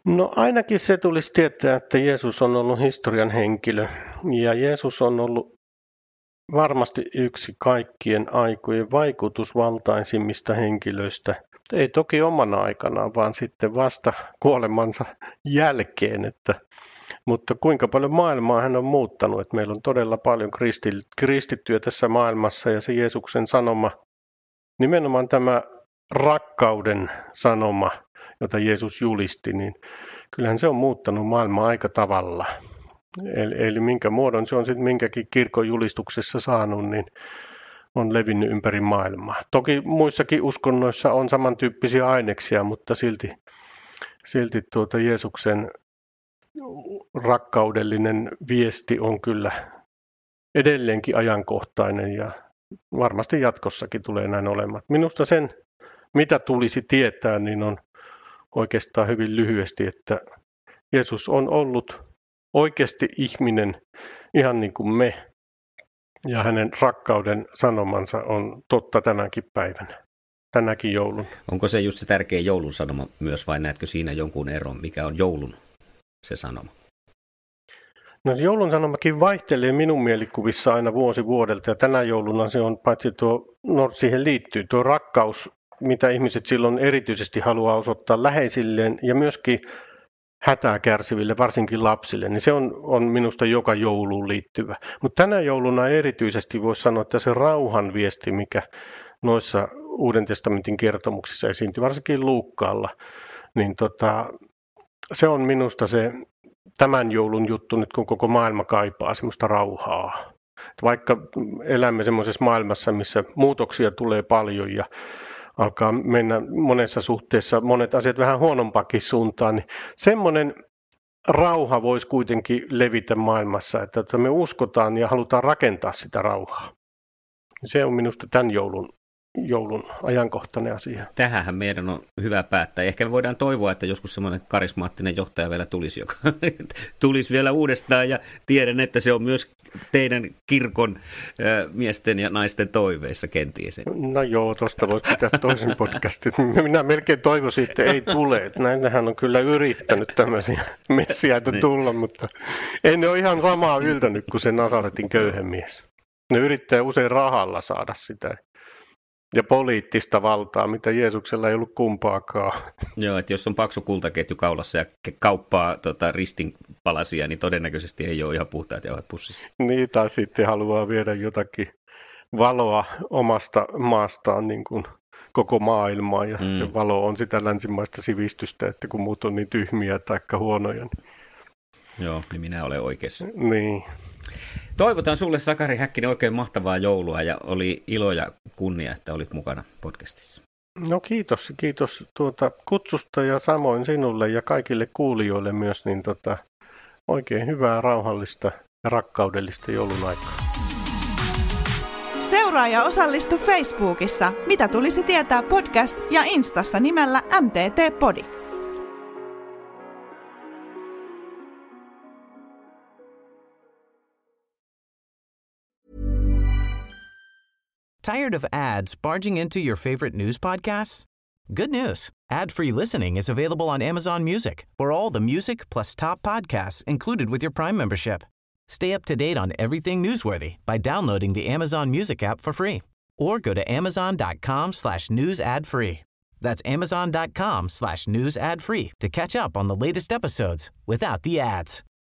No ainakin se tulisi tietää, että Jeesus on ollut historian henkilö ja Jeesus on ollut varmasti yksi kaikkien aikojen vaikutusvaltaisimmista henkilöistä. Ei toki omana aikanaan, vaan sitten vasta kuolemansa jälkeen. Että, mutta kuinka paljon maailmaa hän on muuttanut. Että meillä on todella paljon kristittyjä tässä maailmassa ja se Jeesuksen sanoma, nimenomaan tämä rakkauden sanoma, jota Jeesus julisti, niin kyllähän se on muuttanut maailmaa aika tavalla. Eli, eli minkä muodon se on sitten minkäkin kirkon julistuksessa saanut, niin on levinnyt ympäri maailmaa. Toki muissakin uskonnoissa on samantyyppisiä aineksia, mutta silti, silti tuota Jeesuksen rakkaudellinen viesti on kyllä edelleenkin ajankohtainen ja varmasti jatkossakin tulee näin olemaan. Minusta sen, mitä tulisi tietää, niin on oikeastaan hyvin lyhyesti, että Jeesus on ollut oikeasti ihminen ihan niin kuin me. Ja hänen rakkauden sanomansa on totta tänäkin päivänä, tänäkin joulun. Onko se just se tärkeä joulun sanoma myös vai näetkö siinä jonkun eron, mikä on joulun se sanoma? No joulun sanomakin vaihtelee minun mielikuvissa aina vuosi vuodelta ja tänä jouluna se on paitsi tuo, no siihen liittyy tuo rakkaus, mitä ihmiset silloin erityisesti haluaa osoittaa läheisilleen ja myöskin hätää kärsiville, varsinkin lapsille, niin se on, on minusta joka jouluun liittyvä. Mutta tänä jouluna erityisesti voisi sanoa, että se rauhan viesti, mikä noissa Uuden testamentin kertomuksissa esiintyy, varsinkin Luukkaalla, niin tota, se on minusta se tämän joulun juttu nyt, kun koko maailma kaipaa semmoista rauhaa. Vaikka elämme semmoisessa maailmassa, missä muutoksia tulee paljon ja alkaa mennä monessa suhteessa monet asiat vähän huonompakin suuntaan, niin semmoinen rauha voisi kuitenkin levitä maailmassa, että me uskotaan ja halutaan rakentaa sitä rauhaa. Se on minusta tämän joulun, joulun ajankohtainen asia. Tähänhän meidän on hyvä päättää. Ehkä me voidaan toivoa, että joskus semmoinen karismaattinen johtaja vielä tulisi, joka tulisi vielä uudestaan ja tiedän, että se on myös teidän kirkon äh, miesten ja naisten toiveissa kenties. No joo, tuosta voisi pitää toisen podcastin. Minä melkein toivoisin, että ei tule. Näinhän on kyllä yrittänyt tämmöisiä messiäitä tulla, mutta ei ne ole ihan samaa yltänyt kuin se Nasaretin köyhämies. Ne yrittää usein rahalla saada sitä. Ja poliittista valtaa, mitä Jeesuksella ei ollut kumpaakaan. Joo, että jos on paksu kultaketju kaulassa ja kauppaa tota, ristinpalasia, niin todennäköisesti ei ole ihan puhtaat jauhat pussissa. Niin, tai sitten haluaa viedä jotakin valoa omasta maastaan niin kuin koko maailmaa. Ja mm. se valo on sitä länsimaista sivistystä, että kun muut on niin tyhmiä tai huonoja. Niin... Joo, niin minä olen oikeassa. Niin. Toivotan sulle, Sakari Häkkinen, oikein mahtavaa joulua ja oli ilo ja kunnia, että olit mukana podcastissa. No kiitos, kiitos tuota kutsusta ja samoin sinulle ja kaikille kuulijoille myös, niin tota, oikein hyvää, rauhallista ja rakkaudellista joulun aikaa. Seuraa ja osallistu Facebookissa Mitä tulisi tietää podcast ja Instassa nimellä M T T Podi. Tired of ads barging into your favorite news podcasts? Good news. Ad-free listening is available on Amazon Music for all the music plus top podcasts included with your Prime membership. Stay up to date on everything newsworthy by downloading the Amazon Music app for free or go to amazon.com slash news ad free. That's amazon.com slash news ad free to catch up on the latest episodes without the ads.